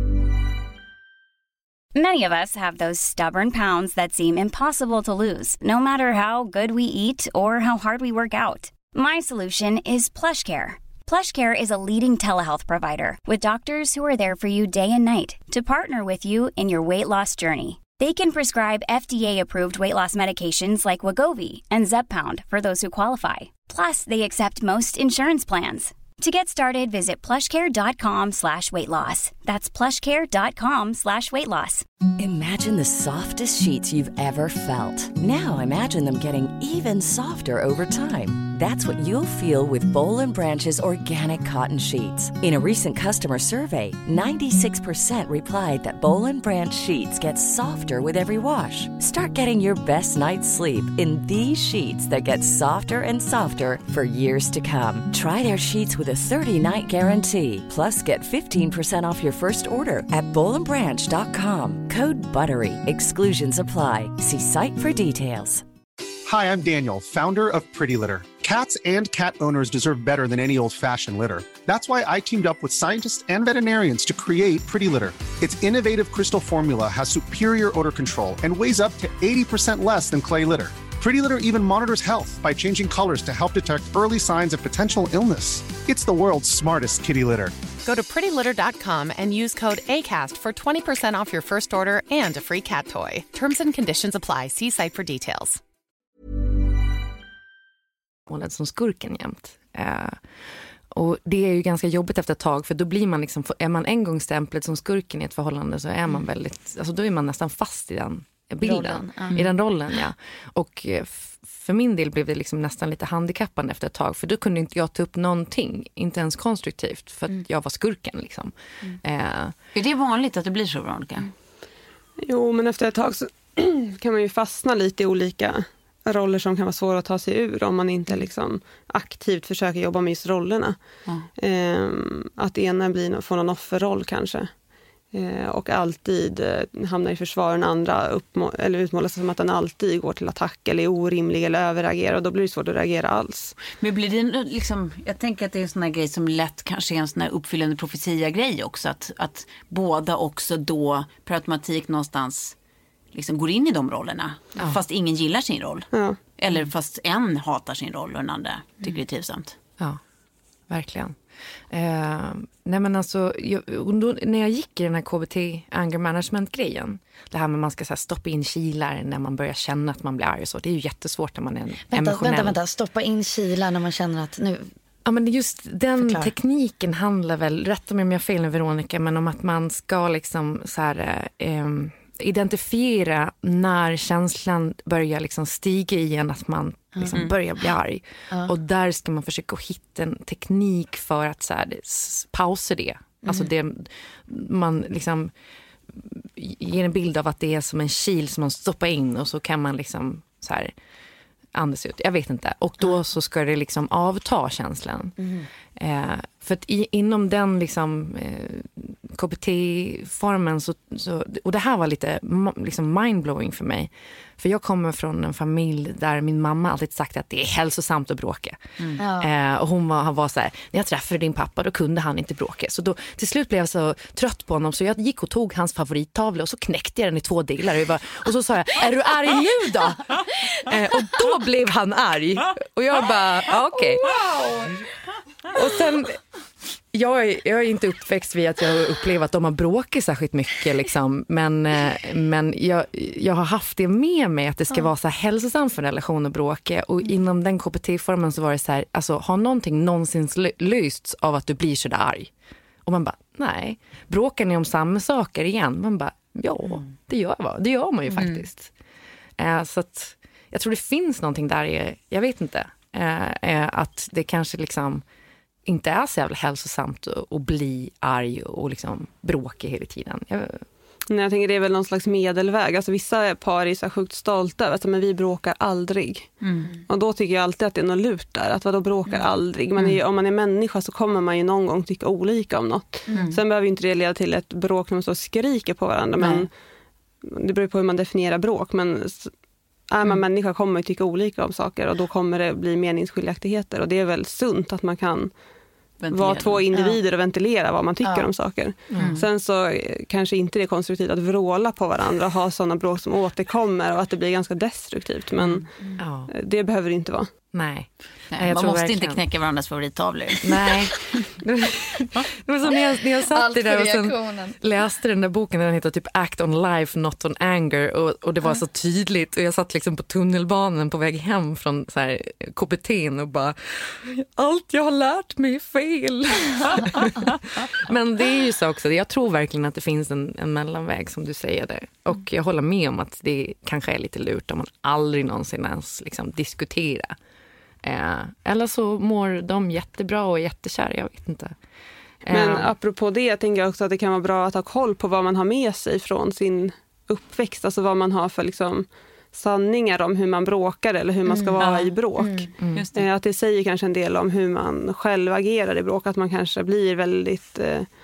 Many of us have those stubborn pounds that seem impossible to lose, no matter how good we eat or how hard we work out. My solution is PlushCare. PlushCare is a leading telehealth provider with doctors who are there for you day and night to partner with you in your weight loss journey. They can prescribe F D A-approved weight loss medications like Wegovy and Zepbound for those who qualify. Plus, they accept most insurance plans. To get started, visit plushcare.com slash weight loss. That's plushcare.com slash weight loss. Imagine the softest sheets you've ever felt. Now imagine them getting even softer over time. That's what you'll feel with Boll and Branch's organic cotton sheets. In a recent customer survey, ninety-six percent replied that Boll and Branch sheets get softer with every wash. Start getting your best night's sleep in these sheets that get softer and softer for years to come. Try their sheets with a thirty-night guarantee. Plus, get fifteen percent off your first order at boll and branch dot com. Code BUTTERY. Exclusions apply. See site for details. Hi, I'm Daniel, founder of Pretty Litter. Cats and cat owners deserve better than any old-fashioned litter. That's why I teamed up with scientists and veterinarians to create Pretty Litter. Its innovative crystal formula has superior odor control and weighs up to eighty percent less than clay litter. Pretty Litter even monitors health by changing colors to help detect early signs of potential illness. It's the world's smartest kitty litter. Go to pretty litter dot com and use code ACAST for twenty percent off your first order and a free cat toy. Terms and conditions apply. See site for details. Målad som skurken jämt. Uh, och det är ju ganska jobbigt efter ett tag, för då blir man liksom, är man en gång stämplad som skurken i ett förhållande, så är man väldigt, alltså då är man nästan fast i den bilden, rollen. Mm. i den rollen, ja. Och f- för min del blev det liksom nästan lite handikappande efter ett tag, för då kunde inte jag ta upp någonting, inte ens konstruktivt, för att mm. jag var skurken liksom. Mm. Uh, är det vanligt att det blir så, Veronica? Mm. Jo, men efter ett tag så kan man ju fastna lite i olika roller som kan vara svåra att ta sig ur om man inte liksom aktivt försöker jobba med just rollerna. Mm. Ehm, att ena blir, får någon offerroll kanske. Ehm, och alltid eh, hamnar i försvar, den andra uppmå- eller utmålas som att den alltid går till attack eller är orimlig eller överreagerar, och då blir det svårt att reagera alls. Men blir det liksom, jag tänker att det är en sån här grej som lätt kanske är en sån här uppfyllande profetia-grej också, att, att båda också då per automatik någonstans liksom går in i de rollerna, ja. Fast ingen gillar sin roll. Ja. Eller fast en hatar sin roll och den andra tycker det är trivsamt. Ja, verkligen. Eh, nej men alltså, jag, då, när jag gick i den här K B T anger management-grejen, det här med att man ska så här, stoppa in kilar när man börjar känna att man blir arg och så, det är ju jättesvårt när man är en vänta, emotionell. Vänta, vänta, stoppa in kilar när man känner att nu... Ja, men just den Förklara. tekniken handlar väl, rätta mig om jag har fel nu Veronica, men om att man ska liksom så här... Eh, identifiera när känslan börjar liksom stiga igen, att man liksom mm. börjar bli arg. Mm. Och där ska man försöka hitta en teknik för att så här, pausa det. Mm. Alltså det, man liksom ger en bild av att det är som en kil som man stoppar in, och så kan man liksom så här andas ut. Jag vet inte. Och då så ska det liksom avta känslan. Mm. Eh, för att i, inom den liksom eh, K B T-formen så, så, och det här var lite liksom mindblowing för mig. För jag kommer från en familj där min mamma alltid sagt att det är hälsosamt att bråka. Mm. Eh, och hon var, han var så här, när jag träffade din pappa då kunde han inte bråka. Så då, till slut blev jag så trött på honom så jag gick och tog hans favorittavla och så knäckte jag den i två delar. Och, bara, och så sa jag, är du arg nu då? eh, och då blev han arg. Och jag bara, ja, okej. Okay. Och sen, jag är, jag är inte uppväxt vid att jag upplever att de har bråkat särskilt mycket liksom, men, men jag, jag har haft det med mig att det ska mm. vara så här hälsosamt för en relation att bråka, och inom den K B T-formen så var det så här, alltså har någonting någonsin lösts av att du blir så där arg? Och man bara, nej, bråkar ni om samma saker igen? Man bara, ja, mm. det gör jag, det gör man ju mm. faktiskt. Uh, så att jag tror det finns någonting där, jag vet inte, uh, uh, att det kanske liksom inte är så jävla hälsosamt att bli arg och liksom bråka hela tiden. Jag... Nej, jag tänker det är väl någon slags medelväg. Alltså vissa par är så sjukt stolta över att men vi bråkar aldrig. Mm. Och då tycker jag alltid att det är något lurt där. Att vadå bråkar mm. aldrig. Man är, mm. om man är människa så kommer man ju någon gång tycka olika om något. Mm. Sen behöver ju inte det leda till ett bråk när man så skriker på varandra. Men det beror på hur man definierar bråk. Men är man mm. människa kommer man ju tycka olika om saker. Och då kommer det bli meningsskiljaktigheter. Och det är väl sunt att man kan ventilera. Vara två individer ja. Och ventilera vad man tycker ja. Om saker. Mm. Sen så kanske inte det är konstruktivt att vråla på varandra och ha sådana bråk som återkommer och att det blir ganska destruktivt. Men mm. ja. Det behöver det inte vara. Nej. Nej jag man måste verkligen. Inte knäcka varandras favorittavlor. Nej. Det var som när jag, när jag satt i där och sen läste den där boken, den heter typ Act on Life, Not on Anger, och, och det var så tydligt, och jag satt liksom på tunnelbanan på väg hem från så här K B T och bara, allt jag har lärt mig är fel. Men det är ju så också, jag tror verkligen att det finns en, en mellanväg som du säger där, och jag håller med om att det kanske är lite lurt om man aldrig någonsin ens liksom diskuterar. Eh, eller så mår de jättebra och är jättekär, jag vet inte. Eh. Men apropå det, jag tänker också att det kan vara bra att ha koll på vad man har med sig från sin uppväxt. Alltså vad man har för liksom sanningar om hur man bråkar eller hur man ska mm, vara ja. I bråk. Mm, mm. Just det. Eh, att det säger kanske en del om hur man själv agerar i bråk. Att man kanske blir väldigt... Eh,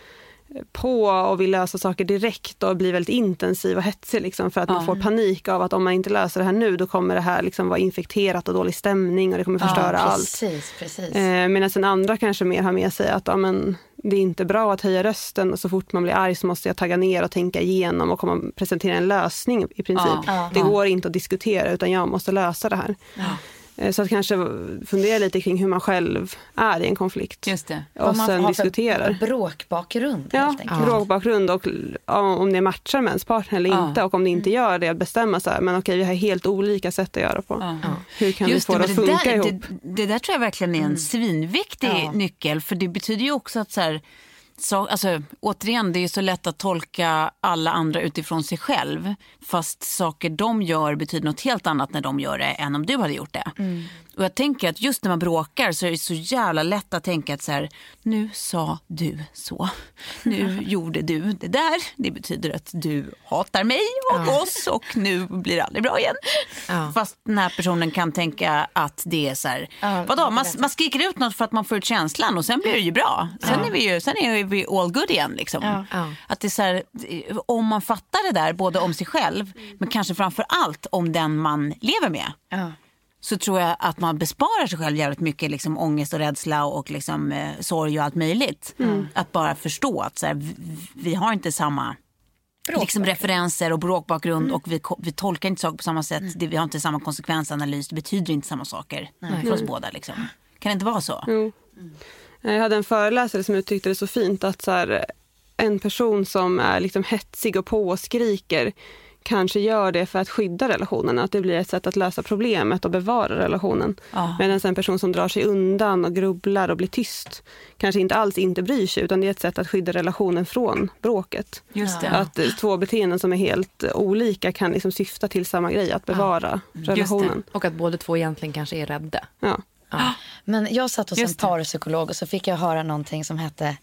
på och vill lösa saker direkt och blir väldigt intensiv och hetsig liksom, för att ja. man får panik av att om man inte löser det här nu då kommer det här liksom vara infekterat och dålig stämning och det kommer förstöra ja, precis, allt. Precis. Eh, medan den andra kanske mer har med sig att ja, men, det är inte bra att höja rösten och så fort man blir arg så måste jag tagga ner och tänka igenom och komma presentera en lösning i princip. Ja. Det går inte att diskutera utan jag måste lösa det här. Ja. Så att kanske fundera lite kring hur man själv är i en konflikt. Just det. Och vad man sen har diskuterar. För bråkbakgrund. Ja, helt enkelt. bråkbakgrund och om det matchar med ens partner eller ja. inte. Och om det inte gör det, att bestämma så här. Men okej, vi har helt olika sätt att göra på. Ja. Hur kan Just vi få det, det att funka där, ihop? Det, det där tror jag verkligen är en mm. svinviktig ja. nyckel. För det betyder ju också att så här... Så, alltså, återigen, det är så lätt att tolka alla andra utifrån sig själv. Fast saker de gör betyder något helt annat när de gör det än om du hade gjort det. Mm. Och jag tänker att just när man bråkar så är det så jävla lätt att tänka att så här, nu sa du så. Nu gjorde du det där. Det betyder att du hatar mig och ja. oss och nu blir det aldrig bra igen. Ja. Fast den här personen kan tänka att det är så här, ja, vadå? Man, man skriker ut något för att man får ut känslan och sen blir det ju bra. Sen ja. är vi ju, sen är vi all good igen liksom. Ja. Ja. Att det är så här, om man fattar det där både om sig själv men kanske framför allt om den man lever med. Ja. Så tror jag att man besparar sig själv jävligt mycket liksom, ångest och rädsla och liksom, eh, sorg och allt möjligt. Mm. Att bara förstå att så här, vi, vi har inte samma liksom, referenser och bråkbakgrund mm. och vi, vi tolkar inte saker på samma sätt. Mm. Det, vi har inte samma konsekvensanalys. Det betyder inte samma saker Nej. för oss mm. båda. Liksom. Kan det inte vara så? Jo. Mm. Jag hade en föreläsare som uttryckte det så fint att så här, en person som är liksom, hetsig och påskriker kanske gör det för att skydda relationen. Att det blir ett sätt att lösa problemet och bevara relationen. Ja. Medan en person som drar sig undan och grubblar och blir tyst kanske inte alls inte bryr sig utan det är ett sätt att skydda relationen från bråket. Just det. Att två beteenden som är helt olika kan liksom syfta till samma grej, att bevara ja. relationen. Och att båda två egentligen kanske är rädda. Ja. Ja. Men jag satt hos en parpsykolog och så fick jag höra någonting som hette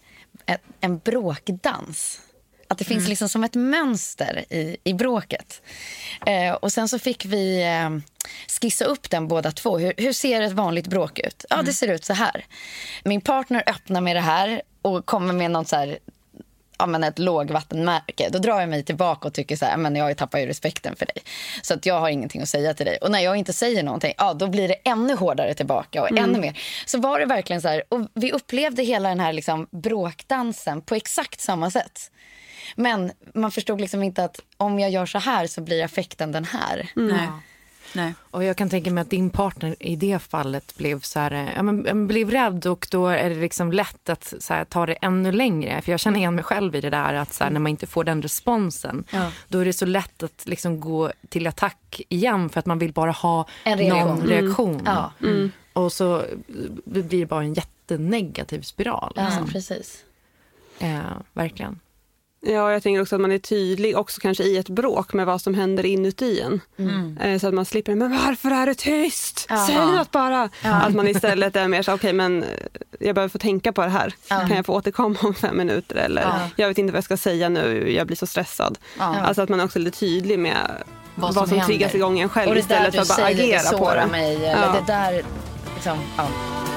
en bråkdans. Att det finns mm. liksom som ett mönster i, i bråket. Eh, och sen så fick vi eh, skissa upp den båda två. Hur, hur ser ett vanligt bråk ut? Ja, mm. det ser ut så här. Min partner öppnar med det här och kommer med något så här, ja, men ett lågvattenmärke. Då drar jag mig tillbaka och tycker så här, men jag tappar ju respekten för dig. Så att jag har ingenting att säga till dig. Och när jag inte säger någonting, ja, då blir det ännu hårdare tillbaka och mm. ännu mer. Så var det verkligen så här, och vi upplevde hela den här liksom bråkdansen på exakt samma sätt. Men man förstod liksom inte att om jag gör så här så blir effekten den här. Mm. Nej. Nej. Och jag kan tänka mig att din partner i det fallet blev så här, ja, men, blev rädd och då är det liksom lätt att så här, ta det ännu längre. För jag känner igen mig själv i det där att så här, när man inte får den responsen ja. då är det så lätt att liksom gå till attack igen för att man vill bara ha en reaktion. någon reaktion. Mm. Ja. Mm. Och så blir det bara en jättenegativ spiral. Liksom. Ja, precis. Ja, verkligen. Ja, jag tänker också att man är tydlig också kanske i ett bråk med vad som händer inuti en. Mm. Så att man slipper, men varför är det tyst? Ja. Säg något bara. Ja. Att man istället är mer så, okej, okay, men jag behöver få tänka på det här. Ja. Kan jag få återkomma om fem minuter? Eller ja. jag vet inte vad jag ska säga nu, jag blir så stressad. Ja. Alltså att man också är lite tydlig med vad som, vad som triggas igång en själv istället för att bara agera det på det. Mig, eller ja. det där, liksom, ja.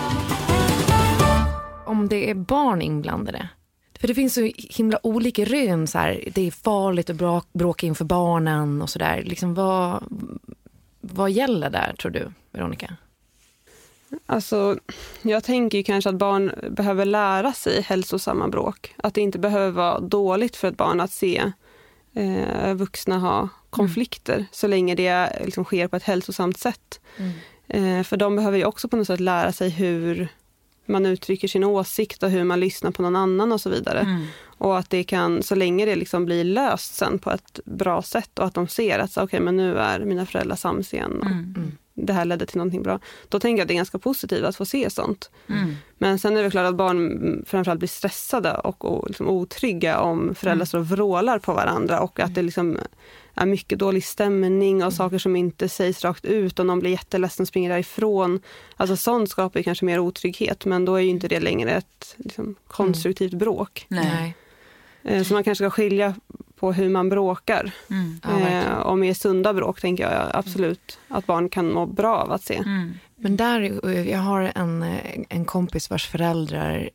Om det är barn inblandade. För det finns så himla olika rön så här, det är farligt att bråka inför barnen och sådär. Liksom vad, vad gäller där, tror du, Veronica? Alltså, jag tänker ju kanske att barn behöver lära sig hälsosamma bråk. Att det inte behöver vara dåligt för ett barn att se eh, vuxna ha konflikter. Mm. Så länge det liksom sker på ett hälsosamt sätt. Mm. Eh, för de behöver ju också på något sätt lära sig hur man uttrycker sin åsikt och hur man lyssnar på någon annan och så vidare. Mm. Och att det kan, så länge det liksom blir löst sen på ett bra sätt och att de ser att okej, okay, men nu är mina föräldrar sams igen och mm. det här ledde till någonting bra. Då tänker jag att det är ganska positivt att få se sånt. Mm. Men sen är det klart att barn framförallt blir stressade och, och liksom otrygga om föräldrar mm. står och vrålar på varandra och att det liksom är mycket dålig stämning och mm. saker som inte sägs rakt ut och någon blir jätteledsen och springer därifrån. Alltså sånt skapar ju kanske mer otrygghet, men då är ju inte det längre ett liksom, konstruktivt mm. bråk. Nej. Så man kanske ska skilja på hur man bråkar. Mm. Ja, eh, och med sunda bråk tänker jag absolut att barn kan må bra av att se. Mm. Men där, jag har en, en kompis vars föräldrar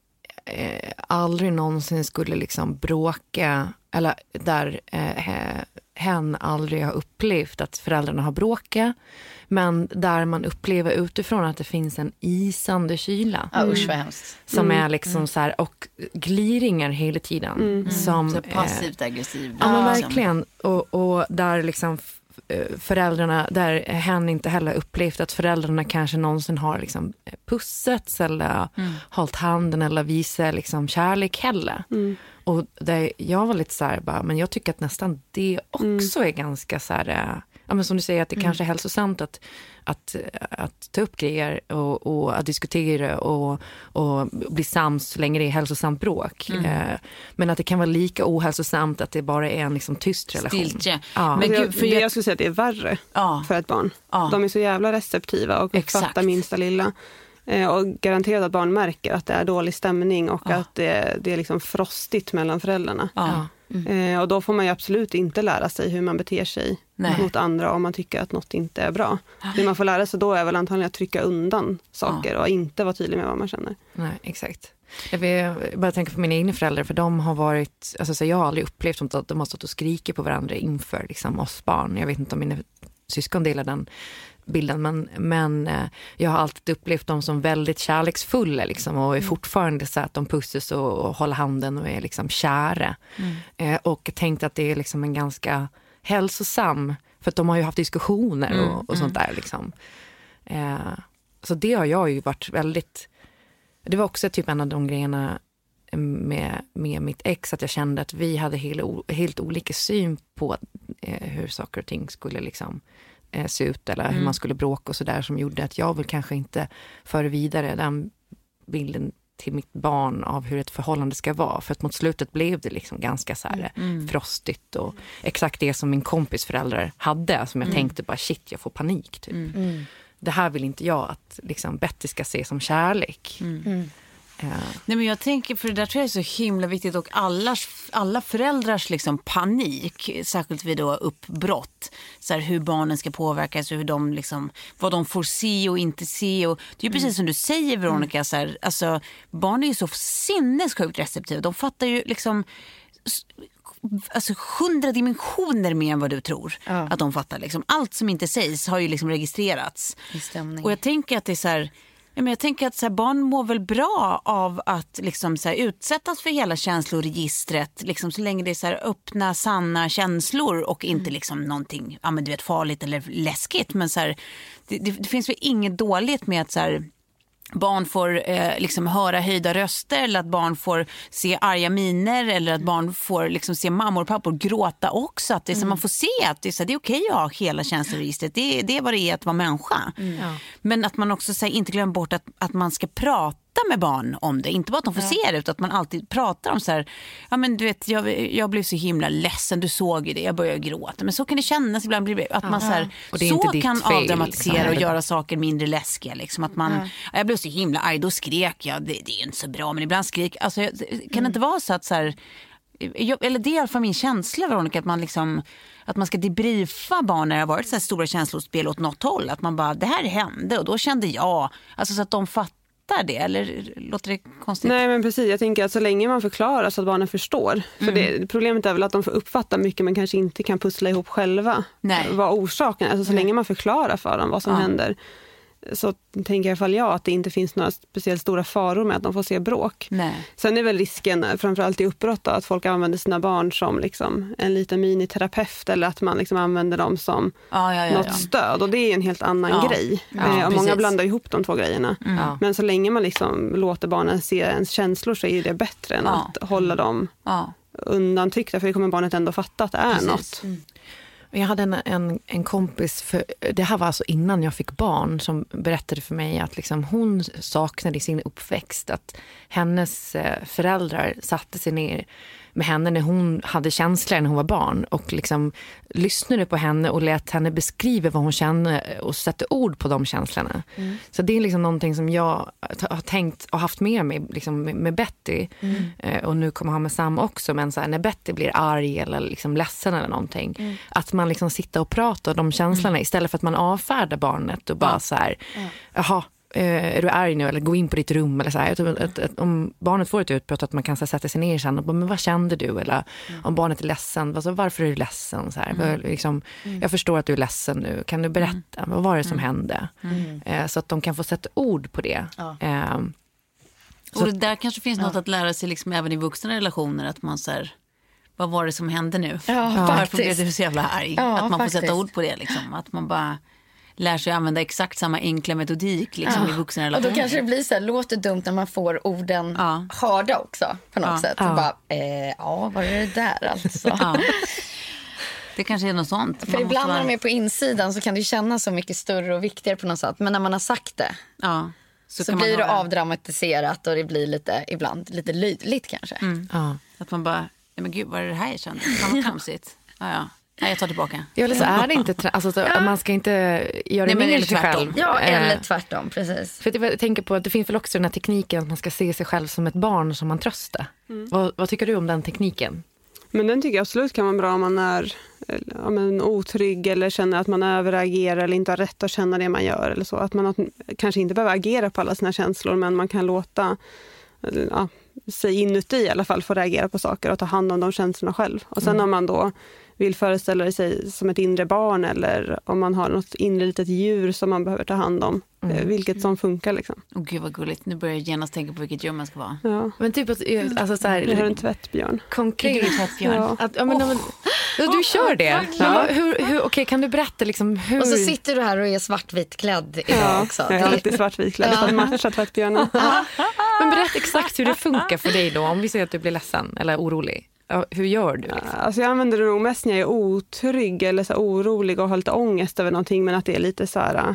eh, aldrig någonsin skulle liksom bråka, eller där eh, hen aldrig har upplevt att föräldrarna har bråkat, men där man upplever utifrån att det finns en isande kyla. Ja, usch vad hemskt. Som mm. är liksom mm. så här, och gliringar hela tiden. Mm. Som, så passivt aggressivt. Ja, men verkligen. Och, och där liksom föräldrarna, där hen inte heller upplevt att föräldrarna kanske någonsin har liksom pussats eller mm. hållit handen eller visat liksom kärlek heller. Mm. Och där jag var lite så här, bara, men jag tycker att nästan det också mm. är ganska så här, ja, men som du säger, att det mm. kanske är hälsosamt att, att, att ta upp grejer och, och att diskutera och, och bli sams så länge det är hälsosamt bråk. Mm. Eh, men att det kan vara lika ohälsosamt att det bara är en liksom tyst relation. Stiltje. Ja. Men gud, för jag, jag skulle säga att det är värre ja. för ett barn. Ja. De är så jävla receptiva och Exakt. fattar minsta lilla. Eh, och garanterat att barn märker att det är dålig stämning och ja. att det, det är liksom frostigt mellan föräldrarna. Ja. Mm. Eh, och då får man ju absolut inte lära sig hur man beter sig Nej. mot andra om man tycker att något inte är bra. Det man får lära sig då är väl antagligen att trycka undan saker ja. och inte vara tydlig med vad man känner. Nej, exakt. Jag vill bara tänka på mina egna föräldrar, för de har varit, alltså så jag har aldrig upplevt att de har stått och skrikit på varandra inför liksom, oss barn. Jag vet inte om mina syskon delar den bilden, men, men eh, jag har alltid upplevt dem som väldigt kärleksfulla liksom, och är mm. fortfarande så att de pussas och, och håller handen och är liksom kära. Mm. Eh, och tänkt att det är liksom en ganska hälsosam, för att de har ju haft diskussioner mm. och, och sånt där liksom. Eh, så det har jag ju varit väldigt, det var också typ en av de grejerna med, med mitt ex, att jag kände att vi hade helt, helt olika syn på eh, hur saker och ting skulle liksom se ut eller mm. hur man skulle bråka och sådär, som gjorde att jag vill kanske inte föra vidare den bilden till mitt barn av hur ett förhållande ska vara, för att mot slutet blev det liksom ganska så här mm. frostigt och exakt det som min kompis föräldrar hade, som jag mm. tänkte bara shit, jag får panik typ. Mm. Mm. Det här vill inte jag att liksom Betty ska se som kärlek. Mm. Mm. Ja. Nej, men jag tänker, för det där tror jag är så himla viktigt, och allas, alla föräldrars liksom panik, särskilt vid då uppbrott, så här, hur barnen ska påverkas och hur de liksom, vad de får se och inte se, och det är ju precis mm. som du säger, Veronica, så här, alltså, barn är ju så sinnessjukt receptiva, de fattar ju liksom alltså hundra dimensioner mer än vad du tror ja. att de fattar liksom. Allt som inte sägs har ju liksom registrerats i stämning. Och jag tänker att det är så här, men jag tänker att så här, barn mår väl bra av att liksom, så här, utsättas för hela känsloregistret, liksom, så länge det är så här, öppna, sanna känslor och inte mm. liksom, någonting ja, men, du vet, farligt eller läskigt. Men så här, det, det, det finns väl inget dåligt med att så här, barn får eh, liksom höra höjda röster, eller att barn får se arga miner, eller att barn får liksom se mammor och pappor gråta också. Att det är så, mm. man får se att det är, så, det är okej att ha hela känsloregistret. Det, det är vad det är att vara människa. Mm. Ja. Men att man också så här, inte glömmer bort att, att man ska prata med barn om det. Inte bara att de får ja. se det, utan att man alltid pratar om så här, ja men du vet, jag, jag blev så himla ledsen, du såg ju det, jag började gråta. Men så kan det kännas ibland, att man ja. så, här, så kan fel, avdramatisera liksom, och göra saker mindre läskiga. Liksom, att man, ja. jag blev så himla arg, då skrek jag, det, det är inte så bra, men ibland skrek, alltså, kan mm. det inte vara så att så här, jag, eller det är i alla fall min känsla, Veronica, att man liksom, att man ska debriefa barn när det har varit så här stora känslospel åt något håll, att man bara, det här hände och då kände jag, alltså så att de fattar det, eller låter det konstigt? Nej, men precis, jag tänker att så länge man förklarar så att barnen förstår, för mm. det, problemet är väl att de får uppfatta mycket men kanske inte kan pussla ihop själva. Nej. Vad orsaken, alltså så Nej. länge man förklarar för dem vad som ja. händer, så tänker i alla fall jag att det inte finns några speciellt stora faror med att de får se bråk. Nej. Sen är väl risken, framförallt i uppbrott, att folk använder sina barn som liksom en liten miniterapeut, eller att man liksom använder dem som ja, ja, ja, något ja. stöd, och det är en helt annan ja. grej. Ja, eh, och många blandar ihop de två grejerna. Mm. Ja. Men så länge man liksom låter barnen se ens känslor, så är det bättre än ja. att hålla dem ja. undantryckta, för det kommer barnet ändå fatta att det är precis. något. Mm. Jag hade en, en, en kompis, för, det här var alltså innan jag fick barn, som berättade för mig att liksom hon saknade i sin uppväxt att hennes föräldrar satte sig ner med henne när hon hade känslor när hon var barn, och liksom lyssnade på henne och lät henne beskriva vad hon kände och sätta ord på de känslorna. Mm. Så det är liksom någonting som jag har tänkt och haft med mig liksom med Betty, mm. och nu kommer jag ha med Sam också, men så här, när Betty blir arg eller liksom ledsen eller någonting, mm. att man liksom sitter och pratar om de känslorna mm. istället för att man avfärdar barnet och bara ja. så här, jaha, är du arg nu eller gå in på ditt rum eller så här. Att, att, att, om barnet får ett utbrott att man kan så här, sätta sig ner sen och bara, men vad kände du? Eller mm. om barnet är ledsen, alltså, varför är du ledsen? Så här. Mm. Liksom, mm. Jag förstår att du är ledsen nu. Kan du berätta? Mm. Vad var det som mm. hände? Mm. Eh, så att de kan få sätta ord på det. Ja. Eh, och det där kanske finns ja. något att lära sig liksom, även i vuxna relationer, att man så här, vad var det som hände nu? Ja, varför blev du så jävla arg? Ja, att man faktiskt. får sätta ord på det. Liksom. Att man bara lär sig använda exakt samma enkla metodik liksom, ja. i vuxna relationer. Och då kanske det blir så här, låter dumt när man får orden ja. hörda också på något ja. sätt. Ja. Bara, eh, ja, vad är det där alltså? Ja. Det kanske är något sånt. För man ibland vara... när de är på insidan så kan det kännas så mycket större och viktigare på något sätt. Men när man har sagt det ja. så, så blir det ha... avdramatiserat och det blir lite, ibland lite löjligt kanske. Mm. Ja. Att man bara, nej men gud, vad är det här jag kände? Fan vad konstigt. Ja, ja. Nej, jag tar tillbaka. Ja, eller så är det inte, alltså, så, man ska inte göra det mindre sig själv. Ja, eller tvärtom, precis. För jag tänker på att det finns väl också den här tekniken att man ska se sig själv som ett barn som man tröstar. Mm. Vad, vad tycker du om den tekniken? Men den tycker jag absolut kan vara bra om man är ja, men, otrygg eller känner att man överreagerar eller inte har rätt att känna det man gör. Eller så. Att man kanske inte behöver agera på alla sina känslor, men man kan låta ja, sig inuti i alla fall få reagera på saker och ta hand om de känslorna själv. Och sen mm. om man då vill föreställa sig som ett inre barn eller om man har något inre litet djur som man behöver ta hand om. Mm. Vilket som funkar liksom. Åh gud vad gulligt. Nu börjar jag genast tänka på vilket djur man ska vara. Ja. Men typ alltså så här, jag har en tvättbjörn. Konkret tvättbjörn. Ja. Att, ja, men, oh. men, du oh, kör det. Oh, ja. hur, hur, Okej, okay, kan du berätta liksom hur... Och så sitter du här och är svartvit klädd idag ja, också. Jag är alltid svartvit klädd för att matcha tvättbjörnen. Men berätta exakt hur det funkar för dig då. Om vi säger att du blir ledsen eller orolig. Hur gör du? Liksom? Alltså jag använder det nog mest när jag är otrygg eller så orolig och har lite ångest över någonting, men att det är lite så här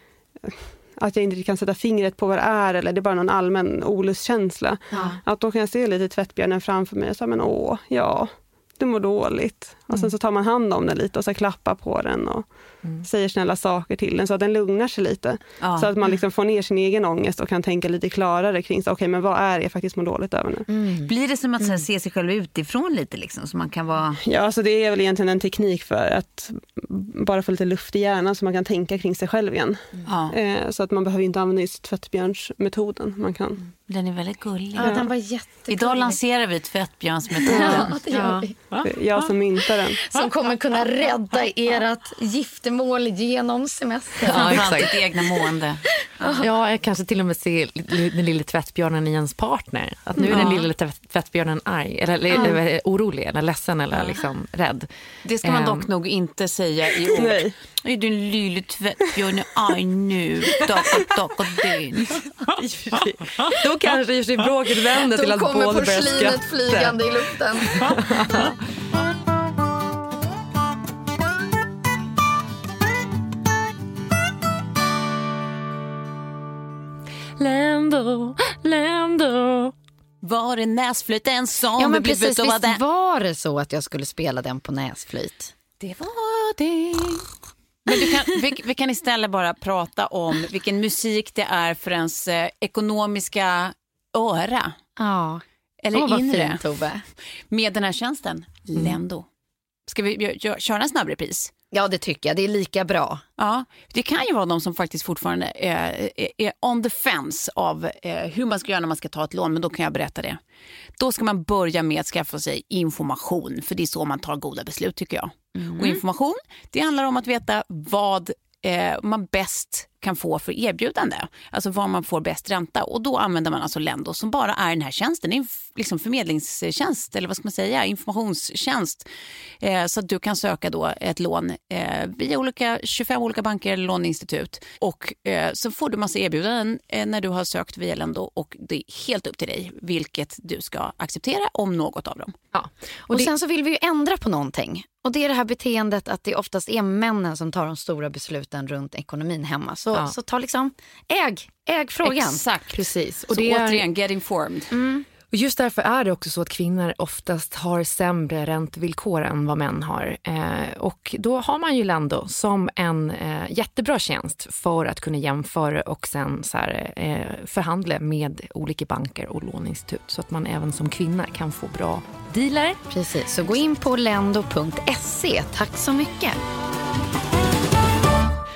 att jag inte kan sätta fingret på vad det är eller det är bara någon allmän olustkänsla. Ja. Att då kan jag se lite tvättbjörnen framför mig och säga, men åh, ja, du mår dåligt. Och sen så tar man hand om den lite och så klappar på den och mm. säger snälla saker till den så att den lugnar sig lite. Ja. Så att man liksom får ner sin egen ångest och kan tänka lite klarare kring så okej, okay, men vad är det jag faktiskt mår dåligt över nu? Mm. Blir det som att så här, se sig själv utifrån lite liksom, så man kan vara... Ja, alltså det är väl egentligen en teknik för att bara få lite luft i hjärnan så man kan tänka kring sig själv igen. Ja. Eh, så att man behöver inte använda just tvättbjörnsmetoden. Man kan... Den är väldigt gullig. Ja, den var jättegullig. Idag lanserar vi tvättbjörnsmetoden. Ja, det gör vi. Ja. Jag som myntar den. Som kommer kunna rädda ert giftermål genom semestern. Ja, exakt. Ditt egna mående. Ja, jag kanske till och med ser den lilla tvättbjörnen i ens partner. Att nu är den lilla tvättbjörnen arg, eller, eller ja. orolig, eller ledsen, eller liksom rädd. Det ska man dock um, nog inte säga i ord. Nej. Är du en lilla tvättbjörn arg nu? Dock och dock och din. Då kanske i sig bråket vänder till att båda börjar skratta. Då kommer porslinet flygande i luften. Lando, Lando. Var det näsflöjten som ja, men precis, visst var, var det så att jag skulle spela den på näsflöjt? Det var det. Men du kan, vi, vi kan istället bara prata om vilken musik det är för ens eh, ekonomiska öra. Ja. Eller oh, inre. Fint, Tove. Med den här tjänsten, mm. Lendo. Ska vi köra en snabb repris? Ja, det tycker jag. Det är lika bra. Ja, det kan ju vara de som faktiskt fortfarande är, är on the fence av eh, hur man ska göra när man ska ta ett lån. Men då kan jag berätta det. Då ska man börja med att skaffa sig information. För det är så man tar goda beslut, tycker jag. Mm. Och information, det handlar om att veta vad eh, man bäst kan få för erbjudande. Alltså var man får bäst ränta. Och då använder man alltså Lendo som bara är den här tjänsten. Det är en liksom förmedlingstjänst, eller vad ska man säga, informationstjänst. Eh, så att du kan söka då ett lån eh, via olika, tjugofem olika banker eller låneinstitut. Och eh, så får du massa erbjudanden eh, när du har sökt via Lendo. Och det är helt upp till dig vilket du ska acceptera om något av dem. Ja. Och, och det... sen så vill vi ju ändra på någonting. Och det är det här beteendet att det oftast är männen som tar de stora besluten runt ekonomin hemma. Så, ja. så ta liksom, äg, äg frågan. Exakt. Precis. Och så det är... återigen, get informed. Mm. Och just därför är det också så att kvinnor oftast har sämre räntevillkor än vad män har. Eh, och då har man ju Lendo som en eh, jättebra tjänst för att kunna jämföra och sen så här, eh, förhandla med olika banker och låninstitut. Så att man även som kvinna kan få bra dealer. Precis, så gå in på lendo punkt se. Tack så mycket.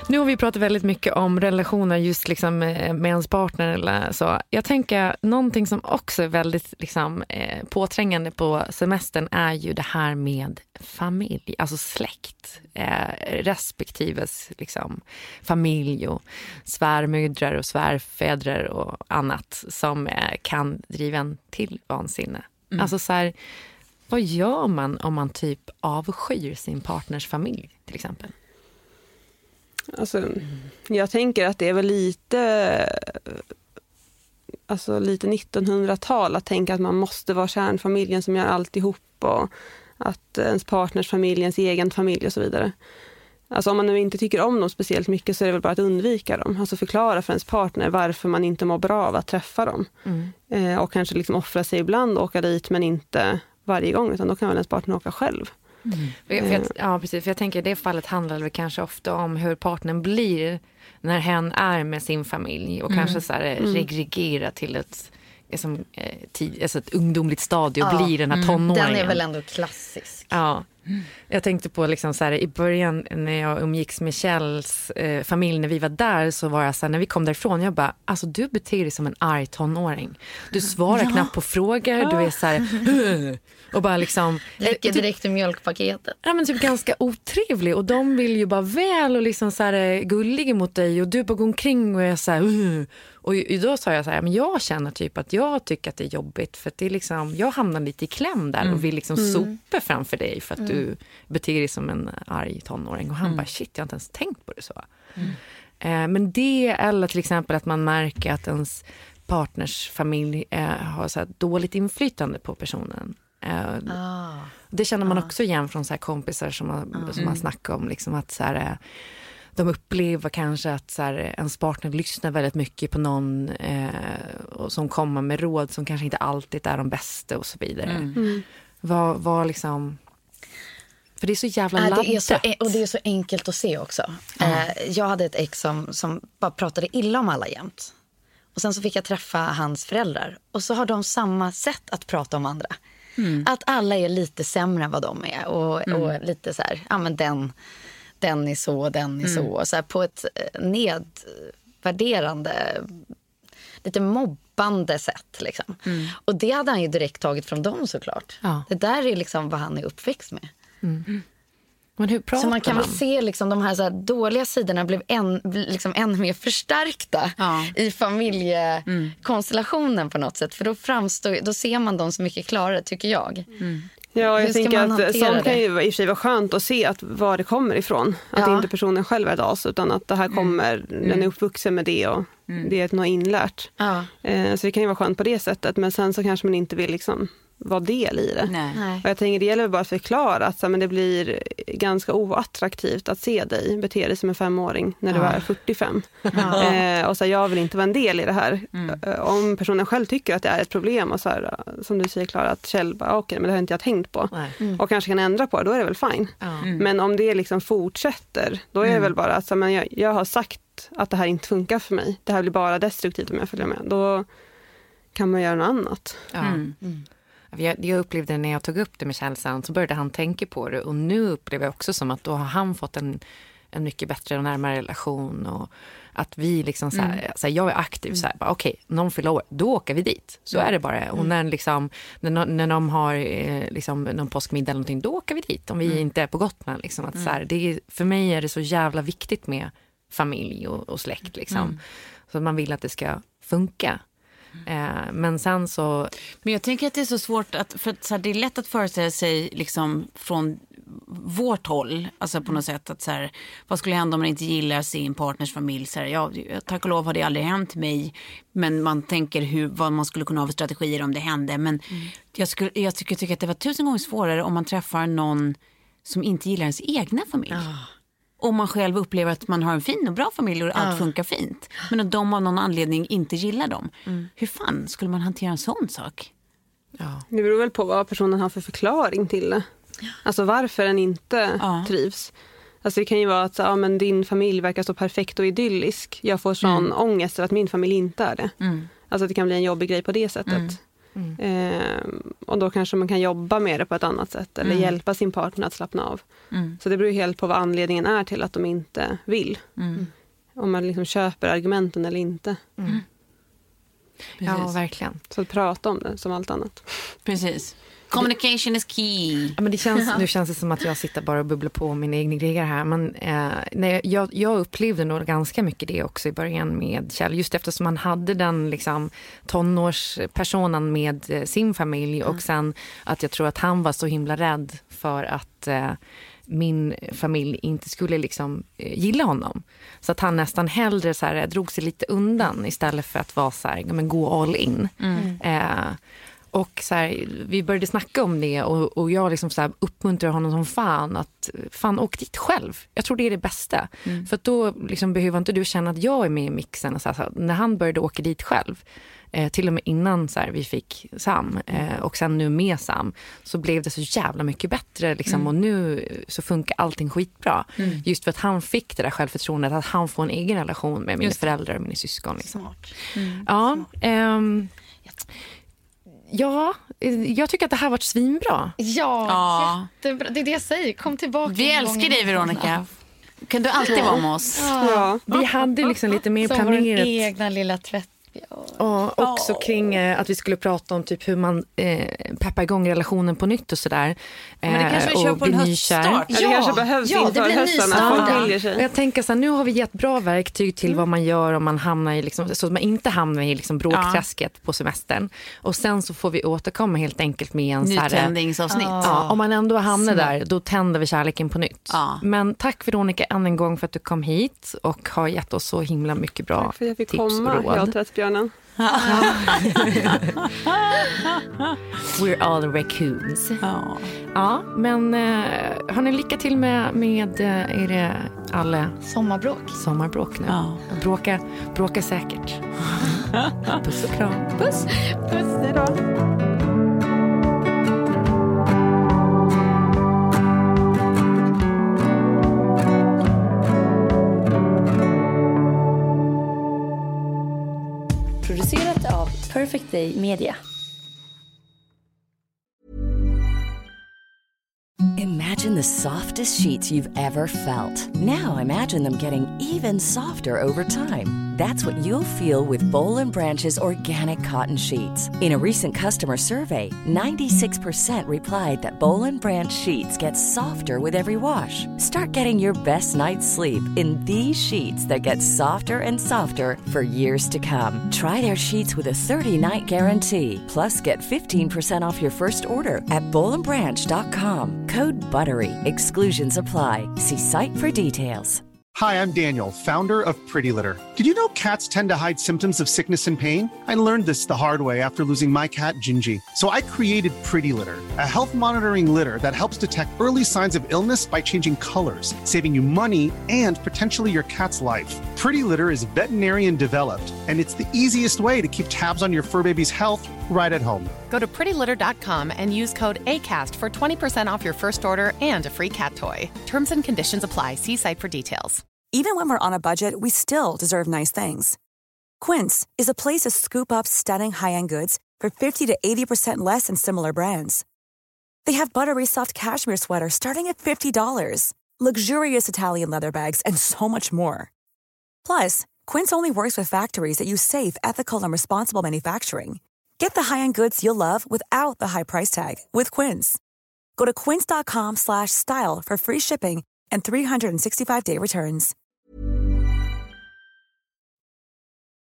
Nu har vi pratat väldigt mycket om relationer just liksom med ens partner eller så. Jag tänker någonting som också är väldigt liksom, eh, påträngande på semestern är ju det här med familj, alltså släkt, eh, respektives liksom, familj och svärmödrar och svärfädrar och annat som eh, kan driva en till vansinne. Mm. Alltså så här, vad gör man om man typ avskyr sin partners familj till exempel? Alltså, jag tänker att det är väl lite alltså lite nittonhundratal att tänka att man måste vara kärnfamiljen som gör alltihop och att ens partners familj, ens egen familj och så vidare. Alltså om man nu inte tycker om dem speciellt mycket så är det väl bara att undvika dem. Alltså förklara för ens partner varför man inte mår bra av att träffa dem. Mm. Eh, och kanske liksom offra sig ibland och åka dit men inte varje gång utan då kan väl ens partner åka själv. Mm. För jag, ja, precis. För jag tänker att det fallet handlar väl kanske ofta om hur partnern blir när hen är med sin familj och mm. kanske så här mm. regregerar till ett, som, eh, tid, alltså ett ungdomligt stadie och ja. blir den här tonåringen. Den är väl ändå klassisk. Ja. Jag tänkte på liksom så här, i början när jag umgicks med Kjells eh, familj när vi var där så var jag så här, när vi kom därifrån jag bara, alltså du beter dig som en arg tonåring. Du svarar ja. knappt på frågor, ja. du är så här och bara liksom läcker direkt i mjölkpaketet. Ja men typ ganska otrevlig och de vill ju bara väl och liksom så här gulliga mot dig och du bara går omkring och är så här uh. Och då sa jag så här, men jag känner typ att jag tycker att det är jobbigt för att det är liksom, jag hamnar lite i kläm där mm. och vill liksom mm. sopa framför dig för att mm. du beter dig som en arg tonåring. Och han mm. bara, shit, jag har inte ens tänkt på det så. Mm. Eh, men det, eller till exempel att man märker att ens partners familj eh, har så här dåligt inflytande på personen. Eh, ah. Det känner man ah. också igen från så här kompisar som har, ah. som har snackat om liksom att så här, eh, de upplever kanske att så här, ens partner lyssnar väldigt mycket på någon eh, och som kommer med råd som kanske inte alltid är de bästa och så vidare. Mm. Mm. Vad, vad liksom... För det är så jävla laddat. Det är så, och det är så enkelt att se också. Mm. Eh, jag hade ett ex som, som bara pratade illa om alla jämt. Och sen så fick jag träffa hans föräldrar. Och så har de samma sätt att prata om andra. Mm. Att alla är lite sämre än vad de är. Och, mm. och lite så här, ja men den... den är så, den är mm. så. Så här, på ett nedvärderande, lite mobbande sätt. Liksom. Mm. Och det hade han ju direkt tagit från dem såklart. Ja. Det där är liksom vad han är uppväxt med. Mm. Men hur pratar så man kan man? väl se liksom de här, så här dåliga sidorna blev än, liksom ännu mer förstärkta ja. i familjekonstellationen mm. på något sätt. För då framstår, då ser man dem så mycket klarare tycker jag. Mm. Ja, jag tänker att sånt kan ju i och för sig vara skönt att se att var det kommer ifrån. Att ja. inte personen själv är ett as utan att det här kommer, mm. den är uppvuxen med det och mm. det är ett något inlärt. Ja. Eh, så det kan ju vara skönt på det sättet men sen så kanske man inte vill liksom vara del i det. Nej. Och jag tänker det gäller bara att förklara att så, men det blir ganska oattraktivt att se dig bete dig som en femåring när ja. du är fyrtiofem. Ja. Eh, och så jag vill inte vara en del i det här. Mm. Eh, om personen själv tycker att det är ett problem och så här, som du säger Klara, att Kjell bara, okej, okay, men det har inte jag tänkt på. Mm. Och kanske kan ändra på det, då är det väl fine. Mm. Men om det liksom fortsätter, då är det mm. väl bara att så, men jag, jag har sagt att det här inte funkar för mig. Det här blir bara destruktivt om jag följer med. Då kan man göra något annat. Ja. Mm. Mm. Jag, jag upplevde när jag tog upp det med Kjellsan så började han tänka på det och nu upplever jag också som att då har han fått en, en mycket bättre och närmare relation och att vi liksom så här, mm. så här, jag är aktiv så här, bara, okej, okay, någon fyller år, då åker vi dit. Så mm. är det bara. Och när, liksom, när, när de har eh, liksom, någon påskmiddag eller någonting, då åker vi dit. Om vi mm. inte är på Gotland. Liksom, att, mm. så här, det är, för mig är det så jävla viktigt med familj och, och släkt. Liksom. Mm. Så att man vill att det ska funka. Eh, men sen så... Men jag tänker att det är så svårt att, för att så här, det är lätt att föreställa sig liksom från vårt håll, alltså på något sätt att så här, vad skulle hända om man inte gillar sin partners familj så här, ja, tack och lov har det aldrig hänt mig, men man tänker hur, vad man skulle kunna ha för strategier om det hände, men mm. jag, skulle, jag tycker, tycker att det var tusen gånger svårare om man träffar någon som inte gillar ens egna familj. Oh. Om man själv upplever att man har en fin och bra familj och allt ja. funkar fint. Men att de av någon anledning inte gillar dem. Mm. Hur fan skulle man hantera en sån sak? Ja. Det beror väl på vad personen har för förklaring till det. Ja. Alltså varför den inte ja. trivs. Alltså det kan ju vara att ja, men din familj verkar så perfekt och idyllisk. Jag får sån mm. ångest att min familj inte är det. Mm. Alltså det kan bli en jobbig grej på det sättet. Mm. Mm. Eh, och då kanske man kan jobba med det på ett annat sätt. Eller mm. hjälpa sin partner att slappna av. Mm. Så det beror helt på vad anledningen är till att de inte vill. Mm. Om man liksom köper argumenten eller inte. Mm. Ja, verkligen. Så att prata om det som allt annat. Precis. Communication is key. Ja, men det känns, nu känns det som att jag sitter bara och bubblar på min egen grejer här. Men eh, nej, jag, jag upplevde nog ganska mycket det också i början med Kjell. Just eftersom man hade den liksom, tonårspersonen med eh, sin familj. Mm. Och sen att jag tror att han var så himla rädd för att eh, min familj inte skulle liksom eh, gilla honom. Så att han nästan hellre så här, drog sig lite undan istället för att vara så här, men gå all in. Mm. Eh, Och så här, vi började snacka om det och, och jag liksom så här uppmuntrar honom som fan att fan åk dit själv. Jag tror det är det bästa. Mm. För att då liksom behöver inte du känna att jag är med i mixen. Och så här, så här, när han började åka dit själv, eh, till och med innan så här, vi fick Sam eh, och sen nu med Sam, så blev det så jävla mycket bättre. Liksom, mm. Och nu så funkar allting skitbra. Mm. Just för att han fick det där självförtroendet att han får en egen relation med mina föräldrar och mina syskon. Liksom. Smart. Mm. Ja, ehm, Ja, jag tycker att det här har varit svinbra. Ja, ja, jättebra. Det är det jag säger. Kom tillbaka. Vi älskar dig, Veronica. Kan du alltid ja. vara med oss? Ja. Vi hade liksom lite mer som planerat. Som vår egna lilla tvätt. Och också oh. kring eh, att vi skulle prata om typ hur man eh, peppar igång relationen på nytt och sådär. Eh, Men det kanske vi kör på en höststart. Ja, det kanske behövs ja, inför hösten att folk skiljer sig. Och jag tänker så här, nu har vi gett bra verktyg till mm. vad man gör om man hamnar i liksom, så att man inte hamnar i liksom bråkträsket ja. på semestern. Och sen så får vi återkomma helt enkelt med en nytändningsavsnitt. Ja, ja, om man ändå hamnar där, då tänder vi kärleken på nytt. Ja. Men tack Veronica än en gång för att du kom hit och har gett oss så himla mycket bra tack för att jag fick tips komma. och råd. Jag tvättbjörnen. We're all raccoons. Ja, ja men uh, har ni lycka till med, med uh, är det alla sommarbråk? Sommarbråk nu. Ja. Bråka, bråka säkert. Puss och kram. Puss. Puss idag. Producerat av Perfect Day Media. Imagine the softest sheets you've ever felt. Now imagine them getting even softer over time. That's what you'll feel with Boll and Branch's organic cotton sheets. In a recent customer survey, ninety-six percent replied that Boll and Branch sheets get softer with every wash. Start getting your best night's sleep in these sheets that get softer and softer for years to come. Try their sheets with a thirty-night guarantee. Plus, get fifteen percent off your first order at boll and branch dot com. Code BUTTERY. Exclusions apply. See site for details. Hi, I'm Daniel, founder of Pretty Litter. Did you know cats tend to hide symptoms of sickness and pain? I learned this the hard way after losing my cat, Gingy. So I created Pretty Litter, a health monitoring litter that helps detect early signs of illness by changing colors, saving you money and potentially your cat's life. Pretty Litter is veterinarian developed, and it's the easiest way to keep tabs on your fur baby's health right at home. Go to pretty litter dot com and use code ACAST for twenty percent off your first order and a free cat toy. Terms and conditions apply. See site for details. Even when we're on a budget, we still deserve nice things. Quince is a place to scoop up stunning high-end goods for fifty to eighty percent less than similar brands. They have buttery soft cashmere sweaters starting at fifty dollars, luxurious Italian leather bags, and so much more. Plus, Quince only works with factories that use safe, ethical, and responsible manufacturing. Get the high-end goods you'll love without the high price tag with Quince. Go to quince dot com slash style for free shipping and three sixty-five day returns.